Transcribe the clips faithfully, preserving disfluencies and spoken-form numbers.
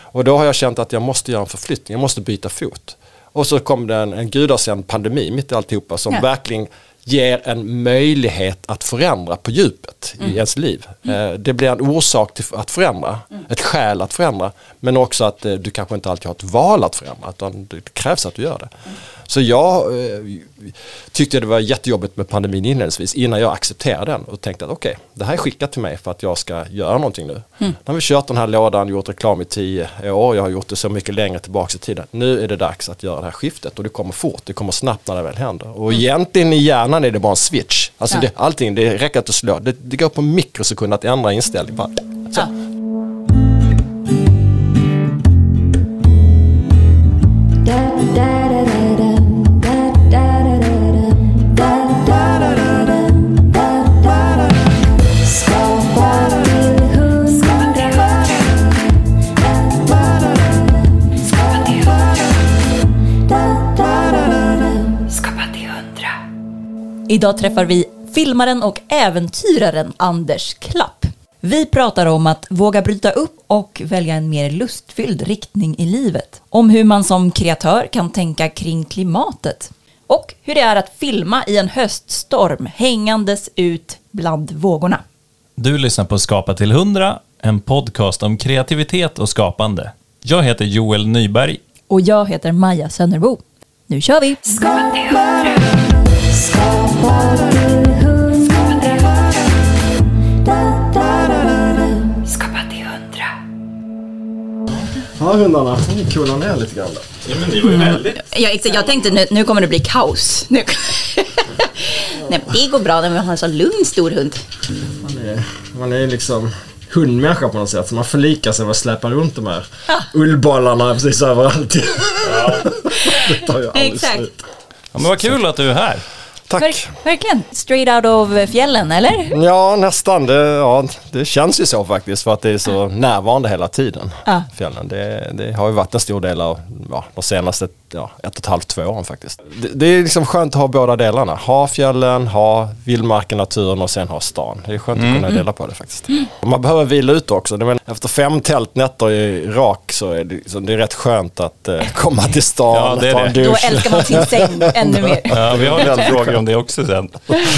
Och då har jag känt att jag måste göra en förflyttning, jag måste byta fot. Och så kom det en, en gudasänd pandemi mitt i alltihopa som ja. verkligen ger en möjlighet att förändra på djupet mm. i ens liv. Mm. Det blir en orsak till att förändra, mm. ett skäl att förändra, men också att du kanske inte alltid har ett val att förändra, utan det krävs att du gör det. Mm. Så jag eh, tyckte det var jättejobbigt med pandemin inledningsvis innan jag accepterade den och tänkte att okej, okay, det här är skickat till mig för att jag ska göra någonting nu. Mm. Nu har vi kört den här lådan, gjort reklam i tio år, jag har gjort det så mycket längre tillbaka i tiden. Nu är det dags att göra det här skiftet och det kommer fort, det kommer snabbt när det väl händer. Och mm. egentligen i hjärnan är det bara en switch. Alltså ja. det, allting, det räcker att slå. Det, det går på mikrosekund att ändra inställning på allt. Så. Ja. Idag träffar vi filmaren och äventyraren Anders Klapp. Vi pratar om att våga bryta upp och välja en mer lustfylld riktning i livet. Om hur man som kreatör kan tänka kring klimatet. Och hur det är att filma i en höststorm hängandes ut bland vågorna. Du lyssnar på Skapa till hundra, en podcast om kreativitet och skapande. Jag heter Joel Nyberg. Och jag heter Maja Sönnerbo. Nu kör vi! Skapa till hundra! Skapa till hundra. Skapa till hundra. Ja, hundarna. De coolar ner lite grann. Ja, men det var ju väldigt... Ja, jag tänkte nu, nu kommer det bli kaos. Nu. Nej, det går bra när man har en så lugn stor hund. Man är, man är liksom hundmänniska på något sätt. Så man förlikar sig med att släppa runt de här ah. ullbollarna precis överallt. Ja. Det tar ju aldrig Exakt. slut. Ja, men vad kul att du är här. Tack. Verk, verkligen. Straight out of fjällen, eller? Ja, nästan. Det, ja, det känns ju så faktiskt för att det är så närvarande hela tiden. Ja. Fjällen. Det, det har ju varit en stor del av ja, de senaste ja, ett och ett halvt, två åren faktiskt. Det, det är liksom skönt att ha båda delarna. Ha fjällen, ha vildmarken, naturen och sen ha stan. Det är skönt mm. att kunna dela på det faktiskt. Mm. Man behöver vila ut också. Men efter fem tältnätter i rak så är det, så det är rätt skönt att eh, komma till stan. Ja, det är det. Då älskar man sin säng ännu mer. Ja, vi har en fråga om det också sen.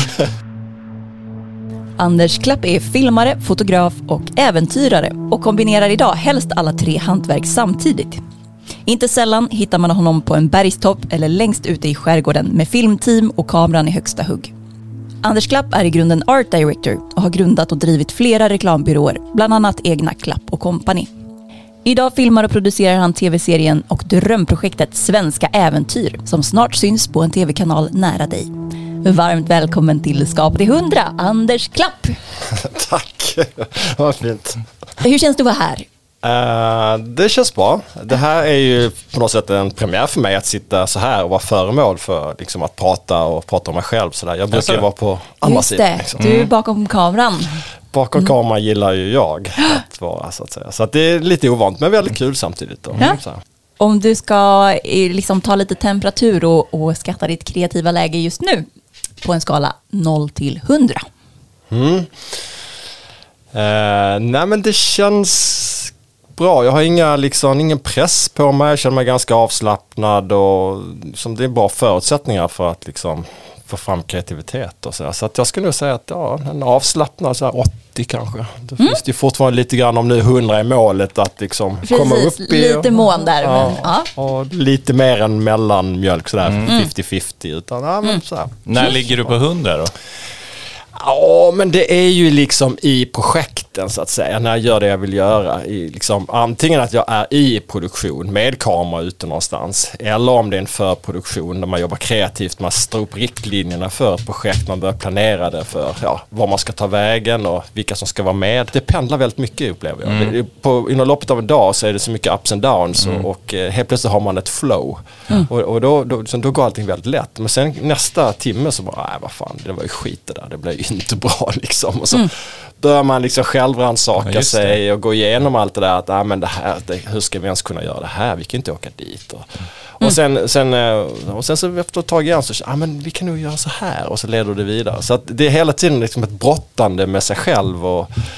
Anders Klapp är filmare, fotograf och äventyrare och kombinerar idag helst alla tre hantverk samtidigt. Inte sällan hittar man honom på en bergstopp eller längst ute i skärgården med filmteam och kameran i högsta hugg. Anders Klapp är i grunden art director och har grundat och drivit flera reklambyråer, bland annat egna Klapp och Company. Idag filmar och producerar han tv-serien och drömprojektet Svenska Äventyr som snart syns på en tv-kanal nära dig. Varmt välkommen till Skapa till hundra, Anders Klapp. Tack, vad fint. Hur känns det att vara här? Uh, det känns bra. Det här är ju på något sätt en premiär för mig att sitta så här och vara föremål för liksom, att prata och prata om mig själv. Så där. Jag brukar ju vara på andra sidan. Liksom. Du är bakom kameran. Bakom mm. kameran gillar ju jag att vara så att säga. Så att det är lite ovant men väldigt kul samtidigt. Då. Ja. Så här. Om du ska liksom, ta lite temperatur och, och skatta ditt kreativa läge just nu på en skala noll till hundra. Mm. Uh, nej men det känns bra. Jag har inga, liksom, ingen press på mig. Jag känner mig ganska avslappnad och liksom, det är bra förutsättningar för att liksom, få fram kreativitet. Och så där. Så att jag skulle nog säga att ja, en avslappnad så här åttio kanske. Det mm. finns det fortfarande lite grann om nu hundra är målet att liksom Precis, komma upp i. Lite mån där. Ja, men, ja. Och lite mer än mellanmjölk sådär mm. femtio femtio utan ja, men, mm. så här. När ligger du på hundra då? Ja, men det är ju liksom i projekten så att säga, när jag gör det jag vill göra. I liksom, antingen att jag är i produktion med kamera ute någonstans, eller om det är en förproduktion där man jobbar kreativt, man står upp riktlinjerna för ett projekt, man börjar planera det för ja, var man ska ta vägen och vilka som ska vara med. Det pendlar väldigt mycket upplever jag. Mm. På, inom loppet av en dag så är det så mycket ups and downs mm. och, och helt plötsligt har man ett flow. Mm. Och, och då, då, så då går allting väldigt lätt. Men sen nästa timme så bara, nej vad fan, det var ju skit det där, det blev inte bra liksom. Och så mm. börjar man liksom självrannsaka ja, sig och gå igenom allt det där att ah, men det här, det, hur ska vi ens kunna göra det här? Vi kan inte åka dit. Och, mm. och, sen, sen, och sen så efter ett tag igen så ah, men vi kan nog göra så här och så leder det vidare. Så att det är hela tiden liksom ett brottande med sig själv och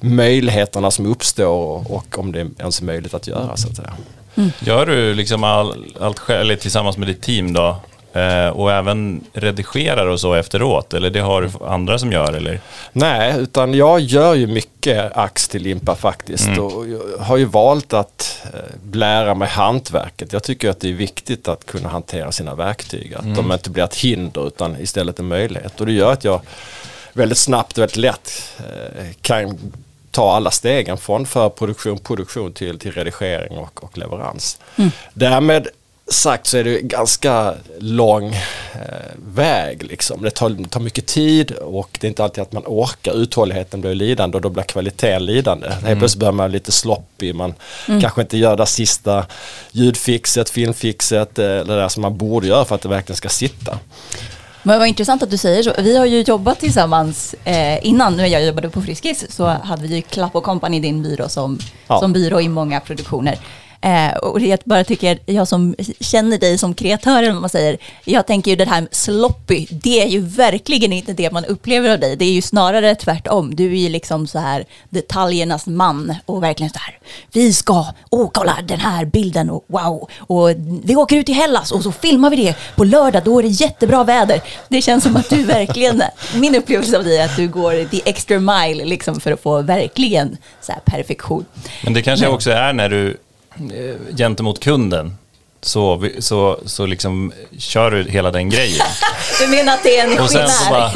möjligheterna som uppstår och, och om det ens är möjligt att göra så att säga. Mm. Gör du liksom all, allt själv tillsammans med ditt team då? Eh, och även redigerar och så efteråt? Eller det har du andra som gör? Eller? Nej, utan jag gör ju mycket ax till Limpa faktiskt. Mm. Och jag har ju valt att eh, lära mig hantverket. Jag tycker att det är viktigt att kunna hantera sina verktyg. Att mm. de inte blir ett hinder utan istället en möjlighet. Och det gör att jag väldigt snabbt och väldigt lätt eh, kan ta alla stegen från förproduktion, produktion till, till redigering och, och leverans. Mm. Därmed sagt så är det ganska lång eh, väg liksom. Det tar, det tar mycket tid och det är inte alltid att man orkar. Uthålligheten blir lidande och då blir kvaliteten lidande. Mm. Helt plötsligt börjar man lite sloppy. Man mm. kanske inte gör det sista ljudfixet, filmfixet eller det där som man borde göra för att det verkligen ska sitta. Men vad intressant att du säger så. Vi har ju jobbat tillsammans eh, innan, när jag jobbade på Friskis så hade vi ju Klapp och Company, din byrå, som, ja. som byrå i många produktioner. Eh, och jag bara tycker, jag som känner dig som kreatör, om man säger, jag tänker ju det här sloppy, det är ju verkligen inte det man upplever av dig. Det är ju snarare tvärtom. Du är ju liksom så här detaljernas man och verkligen så här, vi ska, åh kolla den här bilden och wow, och vi åker ut i Hellas och så filmar vi det på lördag, då är det jättebra väder. Det känns som att du verkligen, min upplevelse av dig är att du går the extra mile liksom för att få verkligen så här perfektion. Men det kanske Men. också är när du gentemot kunden så, så, så liksom kör du hela den grejen. Du menar att det är en och sen så, bara,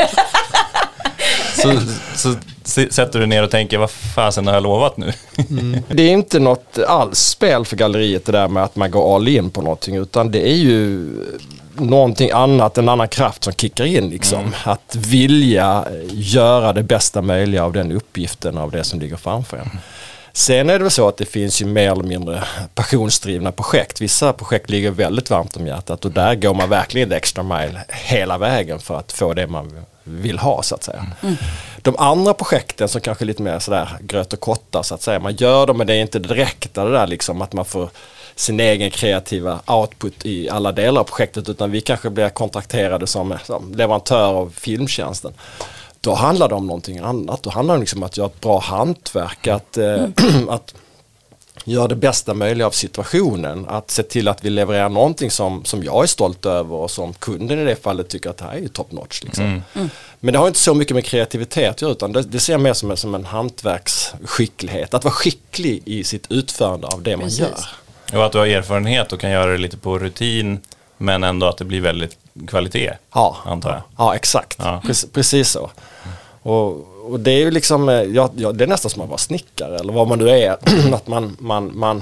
så, så, så sätter du ner och tänker, vad fasen har jag lovat nu? Mm. Det är inte något alls spel för galleriet det där med att man går all in på någonting, utan det är ju någonting annat, en annan kraft som kickar in liksom. Mm. Att vilja göra det bästa möjliga av den uppgiften, av det som ligger framför en. Mm. Sen är det väl så att det finns ju mer eller mindre passionsdrivna projekt. Vissa projekt ligger väldigt varmt om hjärtat och där går man verkligen extra mile hela vägen för att få det man vill ha så att säga. Mm. De andra projekten som kanske är lite mer sådär gröt och kotta så att säga. Man gör dem men det är inte direkt det där liksom att man får sin egen kreativa output i alla delar av projektet, utan vi kanske blir kontrakterade som, som leverantör av filmtjänsten. Då handlar det om någonting annat. Då handlar det liksom om att göra ett bra hantverk, att, mm. eh, att göra det bästa möjliga av situationen, att se till att vi levererar någonting som, som jag är stolt över och som kunden i det fallet tycker att det här är top notch. Liksom. Mm. Mm. Men det har inte så mycket med kreativitet att göra, utan det, det ser jag mer som en, som en hantverksskicklighet. Att vara skicklig i sitt utförande av det Precis. man gör. Och att du har erfarenhet och kan göra det lite på rutin, men ändå att det blir väldigt kvalitet, ja, antar jag. Ja, exakt. Ja. Precis, precis så. Och, och det är ju liksom, ja, ja, det är nästan som att vara snickare eller vad man nu är. Att man, man, man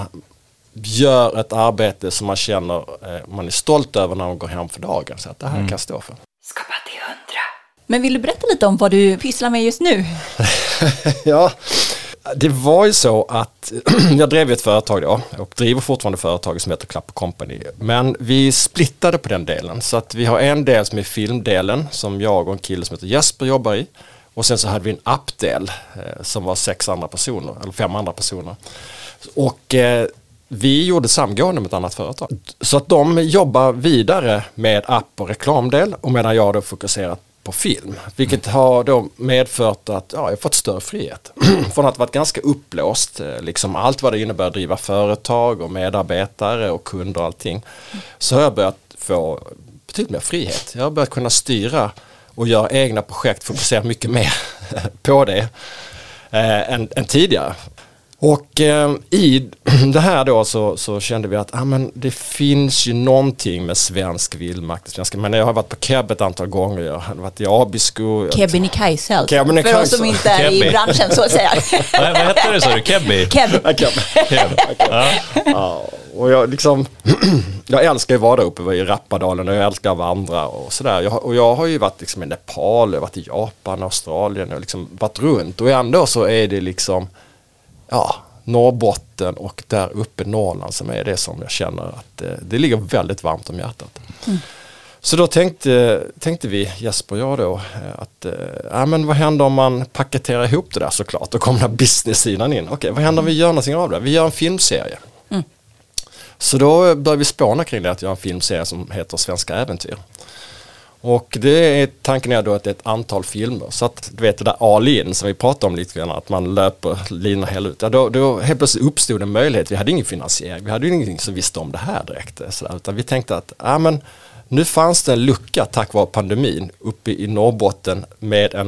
gör ett arbete som man känner, eh, man är stolt över när man går hem för dagen. Så att det här mm. kan stå för. Skapa till hundra. Men vill du berätta lite om vad du pysslar med just nu? Ja, det var ju så att jag drev ett företag då och driver fortfarande företag som heter Klapp och Company. Men vi splittade på den delen så att vi har en del som är filmdelen som jag och en kille som heter Jesper jobbar i. Och sen så hade vi en appdel eh, som var sex andra personer eller fem andra personer. Och eh, vi gjorde samgående med ett annat företag. Så att de jobbar vidare med app och reklamdel och medan jag då fokuserat på film. Vilket har då medfört att ja, jag har fått större frihet. Från att ha varit ganska upplåst, liksom allt vad det innebär att driva företag och medarbetare och kunder och allting. Så har jag börjat få betydligt mer frihet. Jag har börjat kunna styra och göra egna projekt, fokusera mycket mer på det eh, än, än tidigare. Och eh, i det här då så, så kände vi att ah, men det finns ju någonting med svensk vildmarknadsvenska. Men jag har varit på Keb ett antal gånger. Jag har varit i Abisko. Kebnekaise alltså. För oss som inte är Kebbi. I branschen så att säga. Vad, vad heter det så? Kebbi? Keb. Keb. Keb. Ja. Ja. Och jag liksom jag älskar ju vara där uppe i Rappadalen och jag älskar att vandra och sådär. Jag, och jag har ju varit liksom i Nepal, jag har varit i Japan, Australien och liksom varit runt. Och ändå så är det liksom ja, Norrbotten och där uppe Norrland som är det som jag känner att eh, det ligger väldigt varmt om hjärtat. Mm. Så då tänkte, tänkte vi, Jesper och jag då, att eh, ja, men vad händer om man paketerar ihop det där såklart? Då kommer den här business-sidan in. Okej, vad händer om vi gör någonting av det? Vi gör en filmserie. Mm. Så då började vi spåna kring det att göra en filmserie som heter Svenska äventyr. Och det är tanken är då att det är ett antal filmer. Så att du vet det där all in som vi pratade om lite grann, att man löper linan hela ut. Ja, då, då helt plötsligt uppstod en möjlighet. Vi hade ingen finansiering, vi hade ju ingenting som visste om det här direkt. Sådär. Utan vi tänkte att ja, men, nu fanns det en lucka tack vare pandemin uppe i Norrbotten med en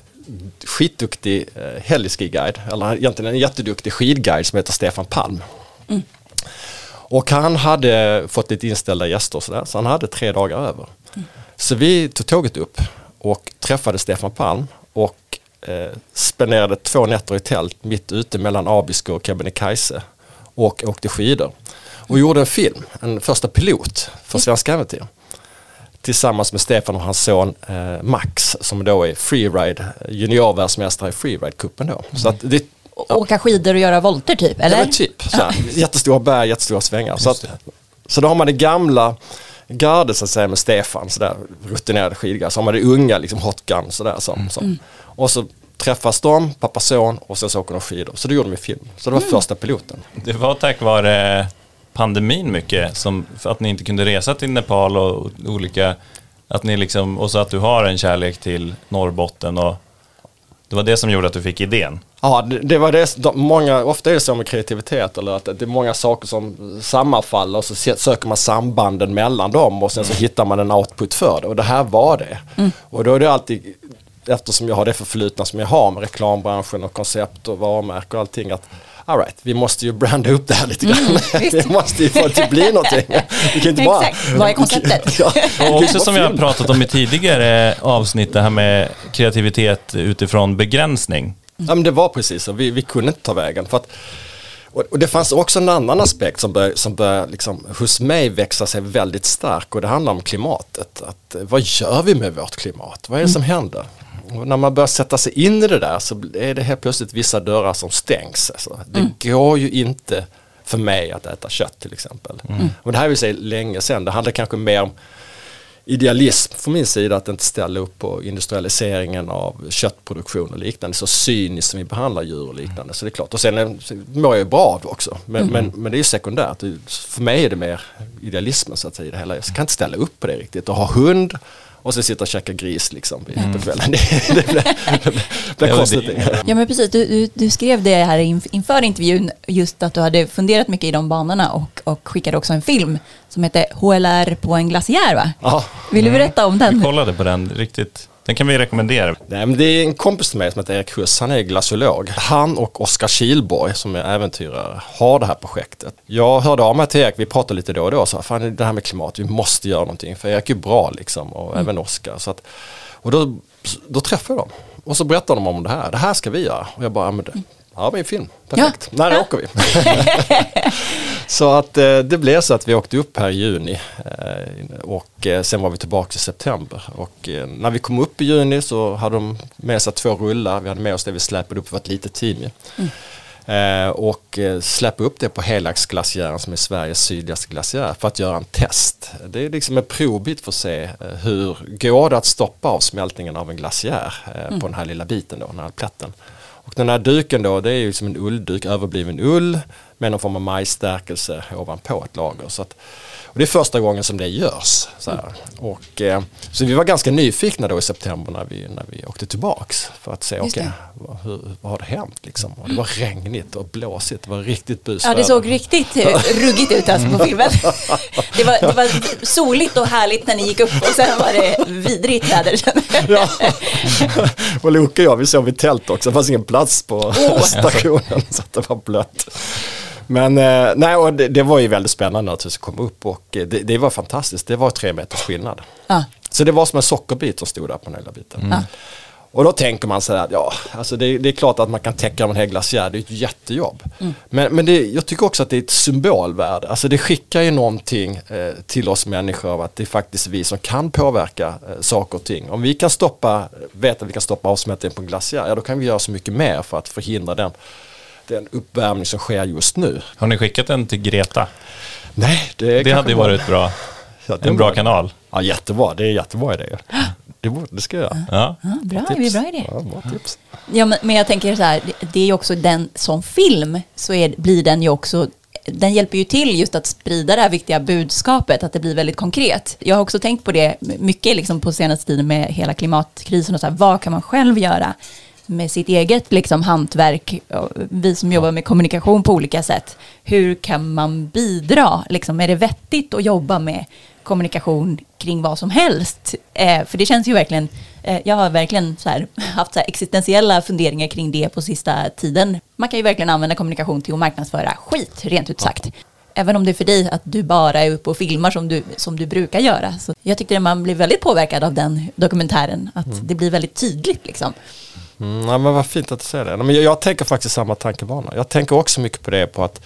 skitduktig eh, heliski-guide, eller egentligen en jätteduktig skidguide som heter Stefan Palm. Mm. Och han hade fått lite inställda gäster och sådär, så han hade tre dagar över. Mm. Så vi tog tåget upp och träffade Stefan Palm och eh, spenderade två nätter i tält mitt ute mellan Abisko och Kebnekaise och åkte skidor. Och gjorde en film, en första pilot för Svenska Äventyr. Tillsammans med Stefan och hans son eh, Max som då är freeride, juniorvärldsmästare i freeride-cupen då. Mm. Så att det, ja. Åka skidor och göra volter typ, eller? Ja, men typ. Såhär, jättestora berg, jättestora svängar. Så, att, så då har man det gamla gardet så att säga med Stefan, sådär rutinerade skidgare. Så har man det unga, liksom hotgun sådär. Så, mm. så. Och så träffas de, pappa son, och sen så åker de skidor. Så då gjorde de en film. Så det var mm. första piloten. Det var tack vare pandemin mycket, som för att ni inte kunde resa till Nepal och olika, att ni liksom, och så att du har en kärlek till Norrbotten, och det var det som gjorde att du fick idén. Ja, det, det var det. De, många, ofta är det så med kreativitet, eller att det är många saker som sammanfaller och så söker man sambanden mellan dem och sen så hittar man en output för det, och det här var det. Mm. Och då är det alltid, eftersom jag har det förflutna som jag har med reklambranschen och koncept och varumärke och allting, att all right, vi måste ju branda upp det här lite grann. Mm, vi måste ju få det att bli någonting. Vi kan inte bara... Exakt, vad är konceptet? Ja, och också som vi har pratat om i tidigare avsnitt, det här med kreativitet utifrån begränsning. Mm. Ja, men det var precis så. Vi, vi kunde inte ta vägen. För att, och, och det fanns också en annan aspekt som började, som började liksom, hos mig växa sig väldigt stark, och det handlar om klimatet. Att, vad gör vi med vårt klimat? Vad är det som mm. händer? Och när man börjar sätta sig in i det där så är det helt plötsligt vissa dörrar som stängs. Alltså. Det mm. går ju inte för mig att äta kött till exempel. Mm. Och det här vill säga länge sedan. Det handlar kanske mer om idealism från min sida, att inte ställa upp på industrialiseringen av köttproduktion och liknande. Så cyniskt som vi behandlar djur och liknande. Så det är klart. Och sen mår jag ju bra av det också. Men, mm. men, men det är ju sekundärt. För mig är det mer idealismen så att säga i det hela. Jag kan inte ställa upp på det riktigt. Och ha hund och så sitta och käka gris liksom mm. på kvällen. Det, det blir, det blir konstigt. Ja, men precis. Du, du, du skrev det här inför intervjun, just att du hade funderat mycket i de banorna, och, och skickade också en film som heter H L R på en glaciär, va? Ja. Vill du berätta om den? Vi kollade på den riktigt. Den kan vi rekommendera. Nej, men det är en kompis till mig som heter Erik Huss. Han är glaciolog. Han och Oskar Kihlborg som är äventyrare har det här projektet. Jag hörde av mig till Erik, vi pratade lite då och då och sa, fan det här med klimat, vi måste göra någonting. För Erik är bra liksom, och mm. även Oskar. Så att, och då, då träffade jag dem. Och så berättade de om det här. Det här ska vi göra. Och jag bara, ja men det, ja, men en film. Perfekt. Ja. Nej, då åker vi. Så att eh, det blev så att vi åkte upp här i juni eh, och eh, sen var vi tillbaka i september. Och eh, när vi kom upp i juni så hade de med sig två rullar. Vi hade med oss det vi släpade upp för ett litet team. Mm. Eh, och eh, släppa upp det på Helagsglaciären som är Sveriges sydligaste glaciär för att göra en test. Det är liksom en provbit för att se eh, hur går det att stoppa avsmältningen av en glaciär eh, mm. på den här lilla biten då, den här plätten. Och den här duken då, det är ju som en ullduk, överbliven ull med någon form av majsstärkelse ovanpå ett lager. Så att, och det är första gången som det görs. Så, här. Och, eh, så vi var ganska nyfikna då i september när vi, när vi åkte tillbaks för att se, okej, okay, vad, hur, vad har det hänt liksom? Och det var regnigt och blåsigt, det var riktigt busväder. Ja, det såg riktigt ruggigt ut alltså på filmen. Det var, det var soligt och härligt när ni gick upp, och sen var det vidrigt väder. Ja, och Loke och jag, vi sov i tält också, det fanns ingen plats på oh. stationen så att det var blött. Men eh, nej, och det, det var ju väldigt spännande att vi kom upp, och det, det var fantastiskt. Det var tre meters skillnad. Ah. Så det var som en sockerbit som stod där på den hela biten. Mm. Ah. Och då tänker man så här, ja, alltså det, det är klart att man kan täcka en hel glaciär, det är ett jättejobb. Mm. Men, men det, jag tycker också att det är ett symbolvärde. Alltså det skickar ju någonting eh, till oss människor av att det är faktiskt vi som kan påverka eh, saker och ting. Om vi kan stoppa, vet att vi kan stoppa avsmältningen på en glaciär, ja då kan vi göra så mycket mer för att förhindra den. Den uppvärmning som sker just nu. Har ni skickat den till Greta? Nej, det, det hade ju varit bra. Ja, en bra kanal. Ja, jättebra. Det är jättebra idé. Det, det ska jag göra. Ja. Ja, bra, det är bra idé. Ja, bra tips. Ja, men, men jag tänker så här, det, det är ju också den som film, så är, blir den ju också den hjälper ju till just att sprida det här viktiga budskapet, att det blir väldigt konkret. Jag har också tänkt på det mycket liksom på senaste tiden med hela klimatkrisen och så här, vad kan man själv göra med sitt eget liksom hantverk, vi som jobbar med kommunikation på olika sätt. Hur kan man bidra? Liksom, är det vettigt att jobba med kommunikation kring vad som helst? Eh, för det känns ju verkligen, eh, jag har verkligen så här, haft så här existentiella funderingar kring det på sista tiden. Man kan ju verkligen använda kommunikation till att marknadsföra skit, rent ut sagt. Även om det är för dig att du bara är uppe och filmar som du, som du brukar göra. Så jag tyckte att man blev väldigt påverkad av den dokumentären, att mm. det blir väldigt tydligt liksom. Mm, nej, men vad fint att du säger det. Men jag, jag tänker faktiskt samma tankebana. Jag tänker också mycket på det, på att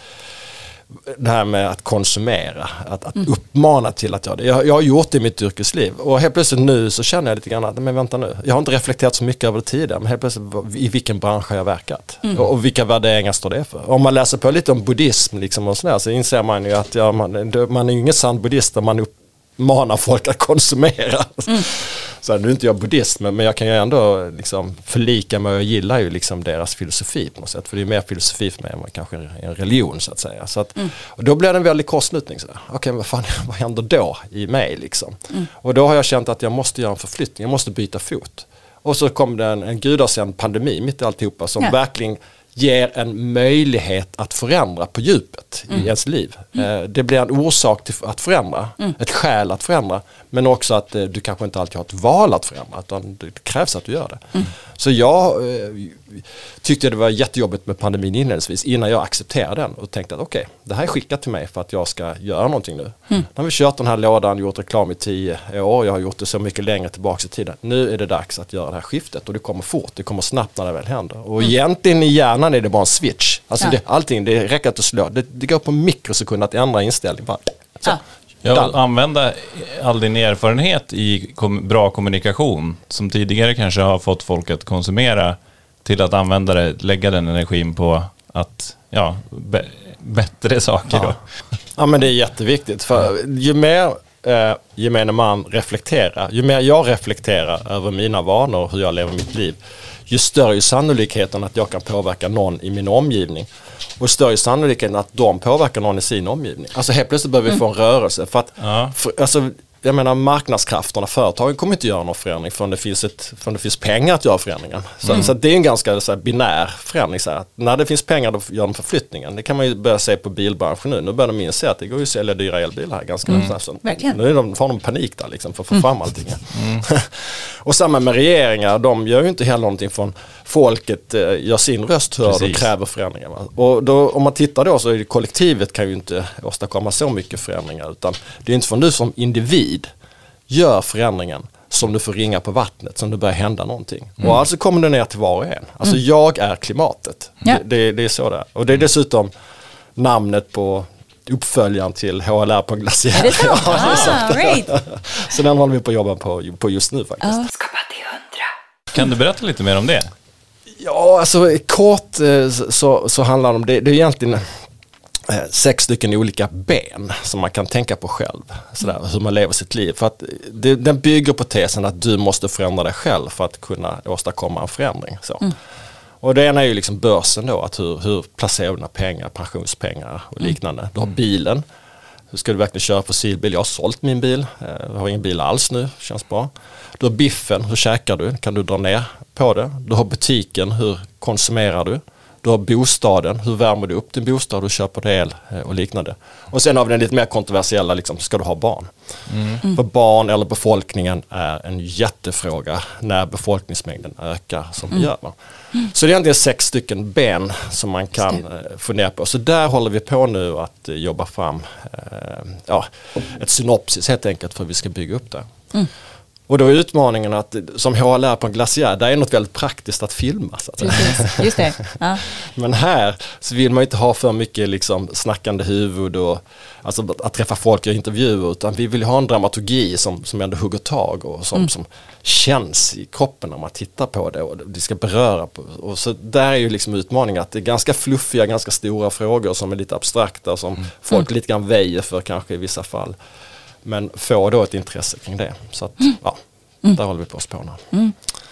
det här med att konsumera, att, att mm. uppmana till att göra det. Jag, jag har gjort det i mitt yrkesliv och helt plötsligt nu så känner jag lite grann att, men vänta nu, jag har inte reflekterat så mycket över det tidigare, men helt plötsligt i vilken bransch har jag verkat mm. och, och vilka värderingar står det för. Om man läser på lite om buddhism liksom och sådär, så inser man ju att ja, man, man är ju ingen sann buddhist om man uppmanar folk att konsumera. Mm. Så nu är inte jag buddhist, men, men jag kan ju ändå liksom förlika mig och gillar ju liksom deras filosofi på något sätt. För det är mer filosofi för mig än kanske en religion så att säga. Så att, mm. och då blir det en väldigt kortslutning. Okej, okay, vad fan, vad händer då i mig liksom? Mm. Och då har jag känt att jag måste göra en förflyttning, jag måste byta fot. Och så kom det en, en gudasänd pandemi mitt i alltihopa som ja. verkligen ger en möjlighet att förändra på djupet mm. i ens liv. Mm. Det blir en orsak till att förändra, mm. ett skäl att förändra, men också att du kanske inte alltid har ett val att förändra, utan det krävs att du gör det. Mm. Så jag eh, tyckte det var jättejobbigt med pandemin inledningsvis, innan jag accepterade den och tänkte att okej, okay, det här är skickat till mig för att jag ska göra någonting nu. Mm. Nu har vi kört den här lådan, gjort reklam i tio år, jag har gjort det så mycket längre tillbaka i tiden. Nu är det dags att göra det här skiftet och det kommer fort, det kommer snabbt när det väl händer. Och mm. egentligen i hjärnan är det bara en switch. Alltså ja. det, allting, det räcker att slå. Det, det går på mikrosekund att ändra inställning. Bara, så. Ja. Ja, använda all din erfarenhet i kom, bra kommunikation som tidigare kanske har fått folk att konsumera till att använda det, lägga den energin på att, ja, be, bättre saker då. Ja. Ja, men det är jätteviktigt, för ju mer eh, gemene man reflekterar, ju mer jag reflekterar över mina vanor och hur jag lever mitt liv, ju större är sannolikheten att jag kan påverka någon i min omgivning. Och större sannolikheten att de påverkar någon i sin omgivning. Alltså helt plötsligt behöver vi få en rörelse. För att, ja. för, alltså, jag menar marknadskrafterna, företagen kommer inte göra någon förändring förrän det finns, ett, förrän det finns pengar att göra förändringen. Så, mm. så det är en ganska så här, binär förändring. Så här, att när det finns pengar då gör de förflyttningen. Det kan man ju börja se på bilbranschen nu. Nu börjar de inse att det går ju att sälja dyra elbilar här ganska mm. så, så, Verkligen. Nu är de, får de panik där liksom, för att få fram allting. Mm. Och samma med regeringar, de gör ju inte heller någonting från folket eh, gör sin röst hörd och kräver förändringar. Va? Och då, om man tittar då så är det, kollektivet kan ju inte åstadkomma så mycket förändringar, utan det är inte för du som individ gör förändringen som du får ringa på vattnet, som det börjar hända någonting. Mm. Och alltså kommer det ner till var och en. Alltså mm. jag är klimatet. Ja. Det, det, det är så där. Och det är dessutom namnet på uppföljaren till H L R på Glaciär. Är det så? Ja, det är ah, right. Så den håller vi på att jobba på, på just nu faktiskt. Uh. Kan du berätta lite mer om det? Ja, alltså kort så, så handlar det om det. Det är egentligen sex stycken olika ben som man kan tänka på själv. Sådär, hur man lever sitt liv. För att det, den bygger på tesen att du måste förändra dig själv för att kunna åstadkomma en förändring. Så. Mm. Och det ena är ju liksom börsen då. Att hur, hur placerar du dina pengar, pensionspengar och liknande. Mm. Du har bilen. Hur ska du verkligen köra fossilbil? Jag har sålt min bil. Jag har ingen bil alls nu. Känns bra. Du har biffen. Hur käkar du? Kan du dra ner på det? Du har butiken. Hur konsumerar du? Du har bostaden. Hur värmer du upp din bostad? Du köper det el och liknande. Och sen har vi den lite mer kontroversiella. Liksom, ska du ha barn? Mm. Mm. För barn eller befolkningen är en jättefråga när befolkningsmängden ökar som mm. det gör. Mm. Så det är egentligen sex stycken ben som man kan fundera på. Så där håller vi på nu att jobba fram eh, ja, ett synopsis helt enkelt för att vi ska bygga upp det. Mm. Och då är utmaningen att som H L R på en glaciär, där är något väldigt praktiskt att filma. Så att Precis, just det. Ja. Men här så vill man inte ha för mycket liksom snackande huvud och alltså att träffa folk och intervjuer, utan vi vill ha en dramaturgi som, som ändå hugger tag och som, mm. som känns i kroppen när man tittar på det och det ska beröra på. Och så där är ju liksom utmaningen att det är ganska fluffiga, ganska stora frågor som är lite abstrakta, som mm. folk lite grann väjer för kanske i vissa fall. Men få då ett intresse kring det. Så att, mm. ja, mm. där håller vi på att spåna. Mm.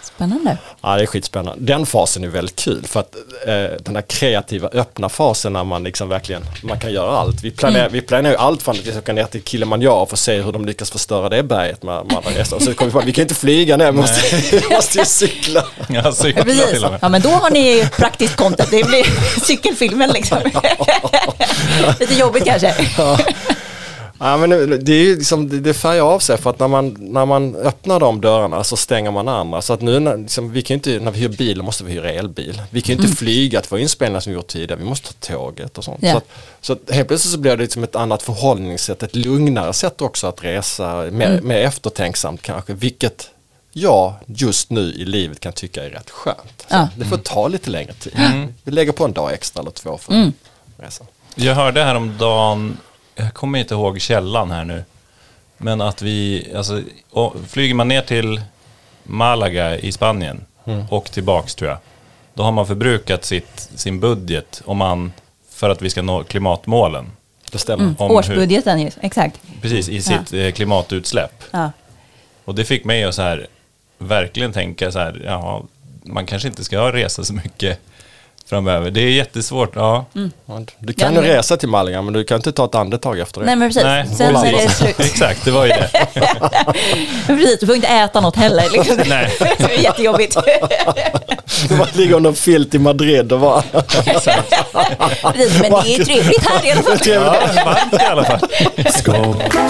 Spännande. Ja, det är skitspännande. Den fasen är väldigt kul för att eh, den där kreativa öppna fasen när man liksom verkligen, man kan göra allt. Vi planerar, mm. vi planerar ju allt från att vi ska åka ner till Kilimanjaro för att se hur de lyckas förstöra det berget med, med alla resor. Så kommer vi på, vi kan inte flyga ner, vi måste, vi måste ju cykla. Ja, cykla till och med. Ja, men då har ni praktiskt content. Det blir cykelfilmen liksom. Lite jobbigt kanske. Ja. Ja, men det är ju liksom, det färgar av sig för att när man, när man öppnar de dörrarna så stänger man andra. Så att nu när, liksom, vi kan inte, när vi hyr bil måste vi hyra elbil. Vi kan ju inte mm. flyga till våra inspelningar som vi gjort tidigare. Vi måste ta tåget och sånt. Yeah. Så, att, så att helt plötsligt så blir det liksom ett annat förhållningssätt, ett lugnare sätt också att resa, mer, mm. mer eftertänksamt kanske. Vilket jag just nu i livet kan tycka är rätt skönt. Så ja. Det får ta lite längre tid. Mm. Vi lägger på en dag extra eller två för mm. resan. Jag hörde häromdagen, jag kommer inte ihåg källan här nu, men att vi, alltså, flyger man ner till Malaga i Spanien mm. och tillbaks tror jag, då har man förbrukat sitt, sin budget om man, för att vi ska nå klimatmålen. Det stämmer. Mm. Årsbudgeten, just, exakt. Precis, i sitt ja. klimatutsläpp. Ja. Och det fick mig att så här, verkligen tänka så här, ja, man kanske inte ska resa så mycket framöver. Det är jättesvårt, ja. Mm. Du kan ju resa till Malaga, men du kan inte ta ett andetag efter det. Nej, men precis. Nej, sen är det slut. Exakt, det var ju det. Men precis, du får inte äta något heller. Liksom. Nej. Det är jättejobbigt. Du bara ligger under filt i Madrid och bara... Precis, men det är trevligt här i alla fall. Ja, varmt i alla fall. Skapa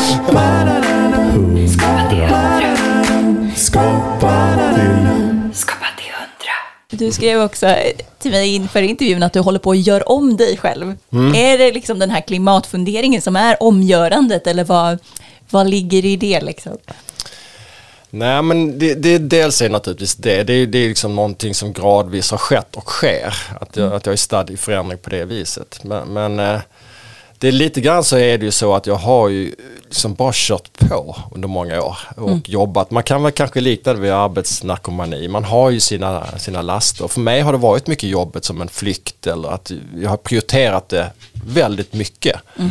Skapa till hundra. Du skrev också till mig inför intervjun att du håller på att göra om dig själv. Mm. Är det liksom den här klimatfunderingen som är omgörandet, eller vad, vad ligger i det liksom? Nej, men det, det dels är naturligtvis det. Det är, det är liksom någonting som gradvis har skett och sker. Att jag, mm. att jag är stadd i förändring på det viset. Men, men det är lite grann så är det ju så att jag har ju liksom bara kört på under många år och mm. jobbat. Man kan väl kanske likna det vid arbetsnarkomani. Man har ju sina, sina laster. För mig har det varit mycket jobbet som en flykt, eller att jag har prioriterat det väldigt mycket. Mm.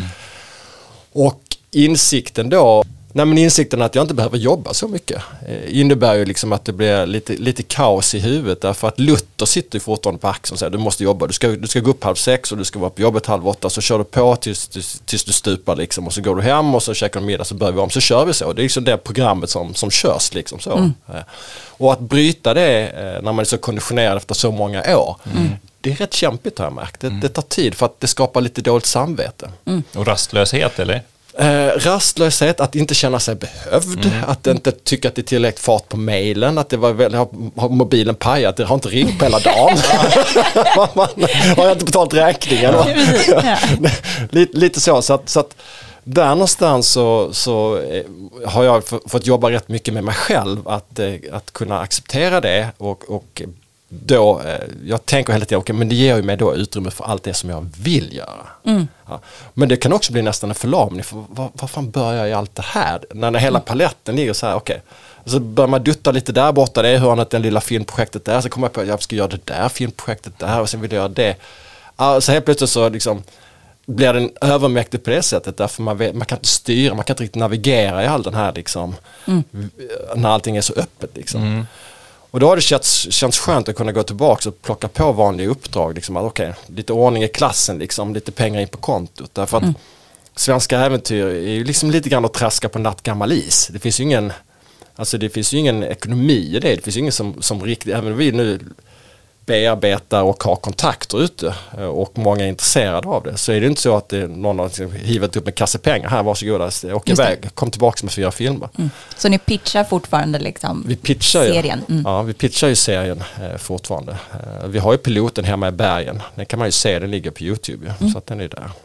Och insikten då, nej men insikten att jag inte behöver jobba så mycket eh, innebär ju liksom att det blir lite, lite kaos i huvudet, därför att Luther sitter ju fortfarande på axeln och säger du måste jobba, du ska, du ska gå upp halv sex och du ska vara på jobbet halv åtta, så kör du på tills, tills, tills du stupar liksom, och så går du hem och så käkar du middag, så börjar vi om, så kör vi så. Det är liksom det programmet som, som körs liksom så. Mm. Eh, och att bryta det eh, när man är så konditionerad efter så många år, mm. det är rätt kämpigt har jag märkt. Det, mm. det tar tid för att det skapar lite dåligt samvete. Mm. Och rastlöshet eller? Eh, rastlöshet, att inte känna sig behövd, mm. att inte tycka att det är tillräckligt fart på mejlen, att det var väl, har mobilen pajat, det har inte ringt på hela dagen. Man, har jag inte betalt räkningen? Ja. lite, lite så, så att, så att där någonstans så, så har jag fått jobba rätt mycket med mig själv, att, att kunna acceptera det och, och då, jag tänker hela tiden, okay, men det ger ju mig då utrymme för allt det som jag vill göra. Mm. Ja. Men det kan också bli nästan en förlamning, för vad, vad fan börjar jag i allt det här? När, när hela paletten ligger så här, okej. Okay. Så börjar man dutta lite där borta, det är hörnet, den lilla filmprojektet där, så kommer jag på att jag ska göra det där filmprojektet där, och sen vill jag göra det. Ja, så helt plötsligt så liksom blir den övermäktig på det sättet, därför man, vet, man kan inte styra, man kan inte riktigt navigera i all den här liksom, mm. när allting är så öppet liksom. Mm. Och då har det känts, känts skönt att kunna gå tillbaka och plocka på vanliga uppdrag. Liksom, att, okay, lite ordning i klassen, liksom, lite pengar in på kontot. Därför att mm. svenska äventyr är ju liksom lite grann att traska på nattgammal is. Det finns ju ingen, alltså det finns ju ingen ekonomi i det. Det finns ju ingen som, som riktigt, även om vi nu bearbetar och har kontakter ute och många är intresserade av det, så är det inte så att det, någon har liksom hivat upp med kasse pengar. Här, varsågoda, åk iväg, kom tillbaka med fyra filmer. Mm. Så ni pitchar fortfarande liksom vi pitchar serien? Ju, mm. Ja, vi pitchar ju serien eh, fortfarande. Eh, vi har ju piloten hemma i bergen. Den kan man ju se, den ligger på YouTube, mm. så att den är där.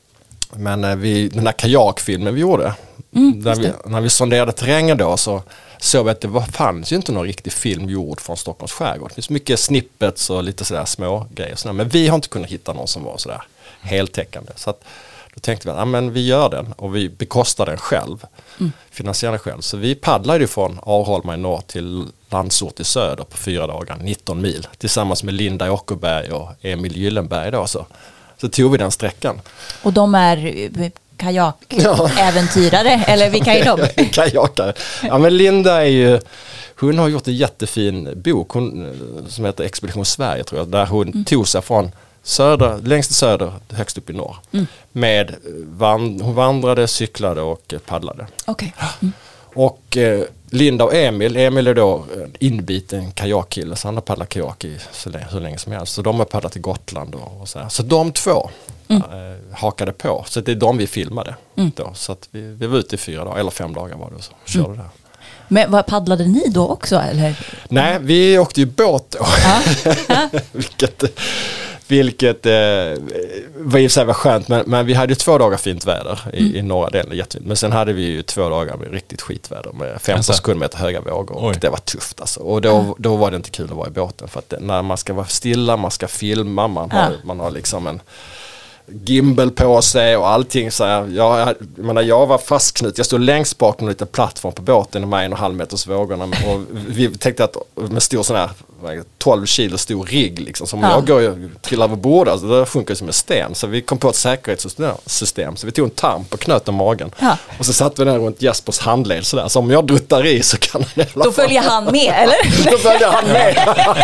Men eh, vi, den här kajakfilmen vi gjorde, mm, när, vi, när vi sonderade terrängen då, så såg vi att det var, fanns ju inte någon riktig film gjord från Stockholms skärgård. Det finns mycket snippets och lite sådär små grejer. Sådär. Men vi har inte kunnat hitta någon som var sådär heltäckande. Så att, då tänkte vi att ja, men vi gör den och vi bekostar den själv. Mm. Finansierar den själv. Så vi paddlade ju från Arholma i norr till Landsort i söder på fyra dagar, nitton mil. Tillsammans med Linda Åkerberg och Emil Gyllenberg då. Så, så tog vi den sträckan. Och de är kajakäventyrare, ja. Eller vilka är de? Kajakare. Ja, men Linda är ju, hon har gjort en jättefin bok hon, som heter Expedition Sverige tror jag, där hon mm. tog sig från söder, längst i söder, högst upp i norr. Mm. Med van, hon vandrade, cyklade och paddlade. Okay. Mm. Och eh, Linda och Emil, Emil är då inbiten kajakkille, så han har paddlat kajak i så länge, hur länge som helst. Så de har paddlat till Gotland och, och så här. Så de två mm. eh, hakade på. Så det är de vi filmade mm. då. Så att vi, vi var ute i fyra dagar, eller fem dagar var det, och så körde mm. där. Men vad paddlade ni då också? Eller? Nej, vi åkte ju båt då. Ja. Ja. Vilket... Vilket eh, var i sig var skönt, men, men vi hade ju två dagar fint väder i, mm. i norra delen, jättefint. Men sen hade vi ju två dagar med riktigt skitväder med femton sekundmeter höga vågor och Oj. Det var tufft alltså. Och då, mm. då var det inte kul att vara i båten, för att det, när man ska vara stilla, man ska filma, man har, mm. man har liksom en gimbal på sig och allting så här. Jag, jag, menar, jag var fastknut, jag stod längst bak på en liten plattform på båten med en och en halv meters vågorna, och vi tänkte att med stor sån här tolv kilo stor rigg liksom, som ja. Jag går ju till över bord, alltså, det funkar som en sten, så vi kom på ett säkerhetssystem, så vi tog en tarm på knöt om magen ja. Och så satt vi där runt Jespers handled sådär, så om jag druttar i så kan det då följer han med, eller? Då följer han med.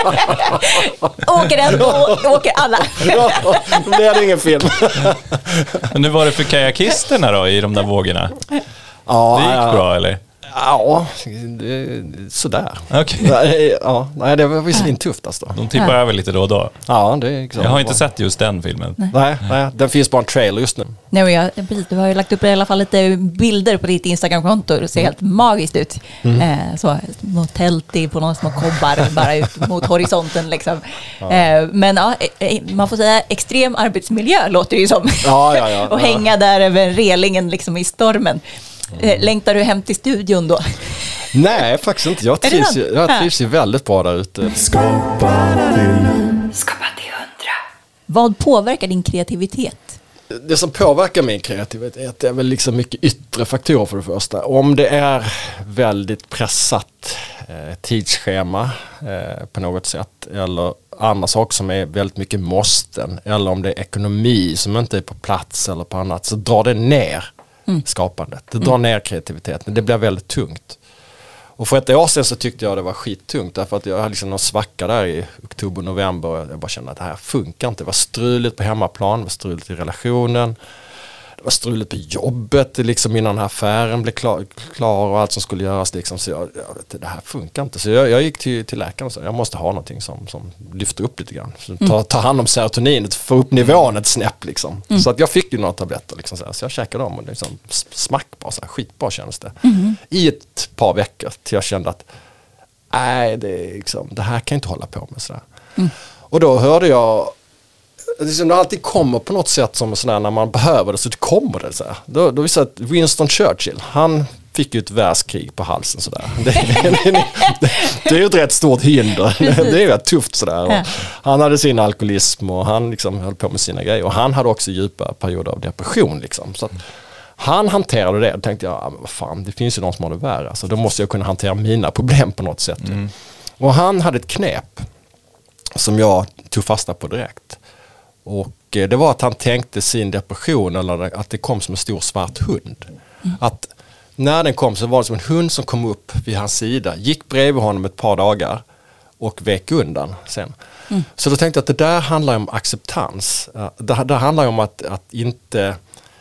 Åker den, då åker alla. Ja, då blir det ingen film. Men hur var det för kajakisterna då i de där vågorna? Ja, det gick ja. bra eller? Ja, sådär. Okay. Ja, nej, det var visst tufft alltså. De tippar över lite då och då. Ja, det är exakt. Jag har inte sett just den filmen. Nej, nej, nej, den finns bara en trailer just nu. Nej, men jag, precis, du har ju lagt upp i alla fall lite bilder på ditt Instagram-konto. Det ser helt magiskt ut. Mm. Eh, så, små tält på några små kobbar bara ut mot horisonten liksom. Ja. Eh, men ja, man får säga extrem arbetsmiljö låter det ju som. Ja, ja, ja. Och hänga där över relingen liksom i stormen. Mm. Längtar du hem till studion då? Nej, faktiskt inte. Jag trivs, ju, jag trivs ju väldigt bra där ute. Skapa till. Skapa till hundra. Vad påverkar din kreativitet? Det som påverkar min kreativitet är väl liksom mycket yttre faktorer för det första. Om det är väldigt pressat eh, tidsschema eh, på något sätt, eller andra saker som är väldigt mycket måsten, eller om det är ekonomi som inte är på plats eller på annat, så drar det ner Mm. skapandet. Det drar mm. ner kreativiteten. Det blir väldigt tungt. Och för ett år sedan så tyckte jag det var skittungt, därför att jag hade liksom någon svacka där i oktober, november, och jag bara kände att det här funkar inte. Det var struligt på hemmaplan, det var struligt i relationen, det var struligt på jobbet liksom innan den här affären blev klar, klar och allt som skulle göras liksom. Så jag, jag vet, det här funkar inte. Så jag, jag gick till, till läkaren och sa jag måste ha någonting som, som lyfter upp lite grann. Så ta, ta hand om serotoninet, få upp nivån ett snäpp liksom. Mm. Så att jag fick ju några tabletter liksom, så, så jag käkade dem och liksom smack bara så här, skitbra kändes det. Mm. I ett par veckor till jag kände att nej, det, är liksom, det här kan jag inte hålla på med sådär. Mm. Och då hörde jag det alltid kommer på något sätt som sådär, när man behöver det så det kommer det så här. Då, då visar att Winston Churchill, han fick ju ett världskrig på halsen sådär. Det, det, det, det är ju ett rätt stort hinder. Det är ju rätt tufft sådär. Och han hade sin alkoholism och han liksom höll på med sina grejer. Och han hade också djupa perioder av depression liksom. Så att han hanterade det och tänkte jag, ja, men vad fan, det finns ju någon som har det värre. Alltså, då måste jag kunna hantera mina problem på något sätt. Mm. Och han hade ett knep som jag tog fasta på direkt. Och det var att han tänkte sin depression, eller att det kom som en stor svart hund. Mm. Att när den kom så var det som en hund som kom upp vid hans sida, gick bredvid honom ett par dagar och vek undan sen. Mm. Så då tänkte jag att det där handlar om acceptans. Det, det handlar om att, att inte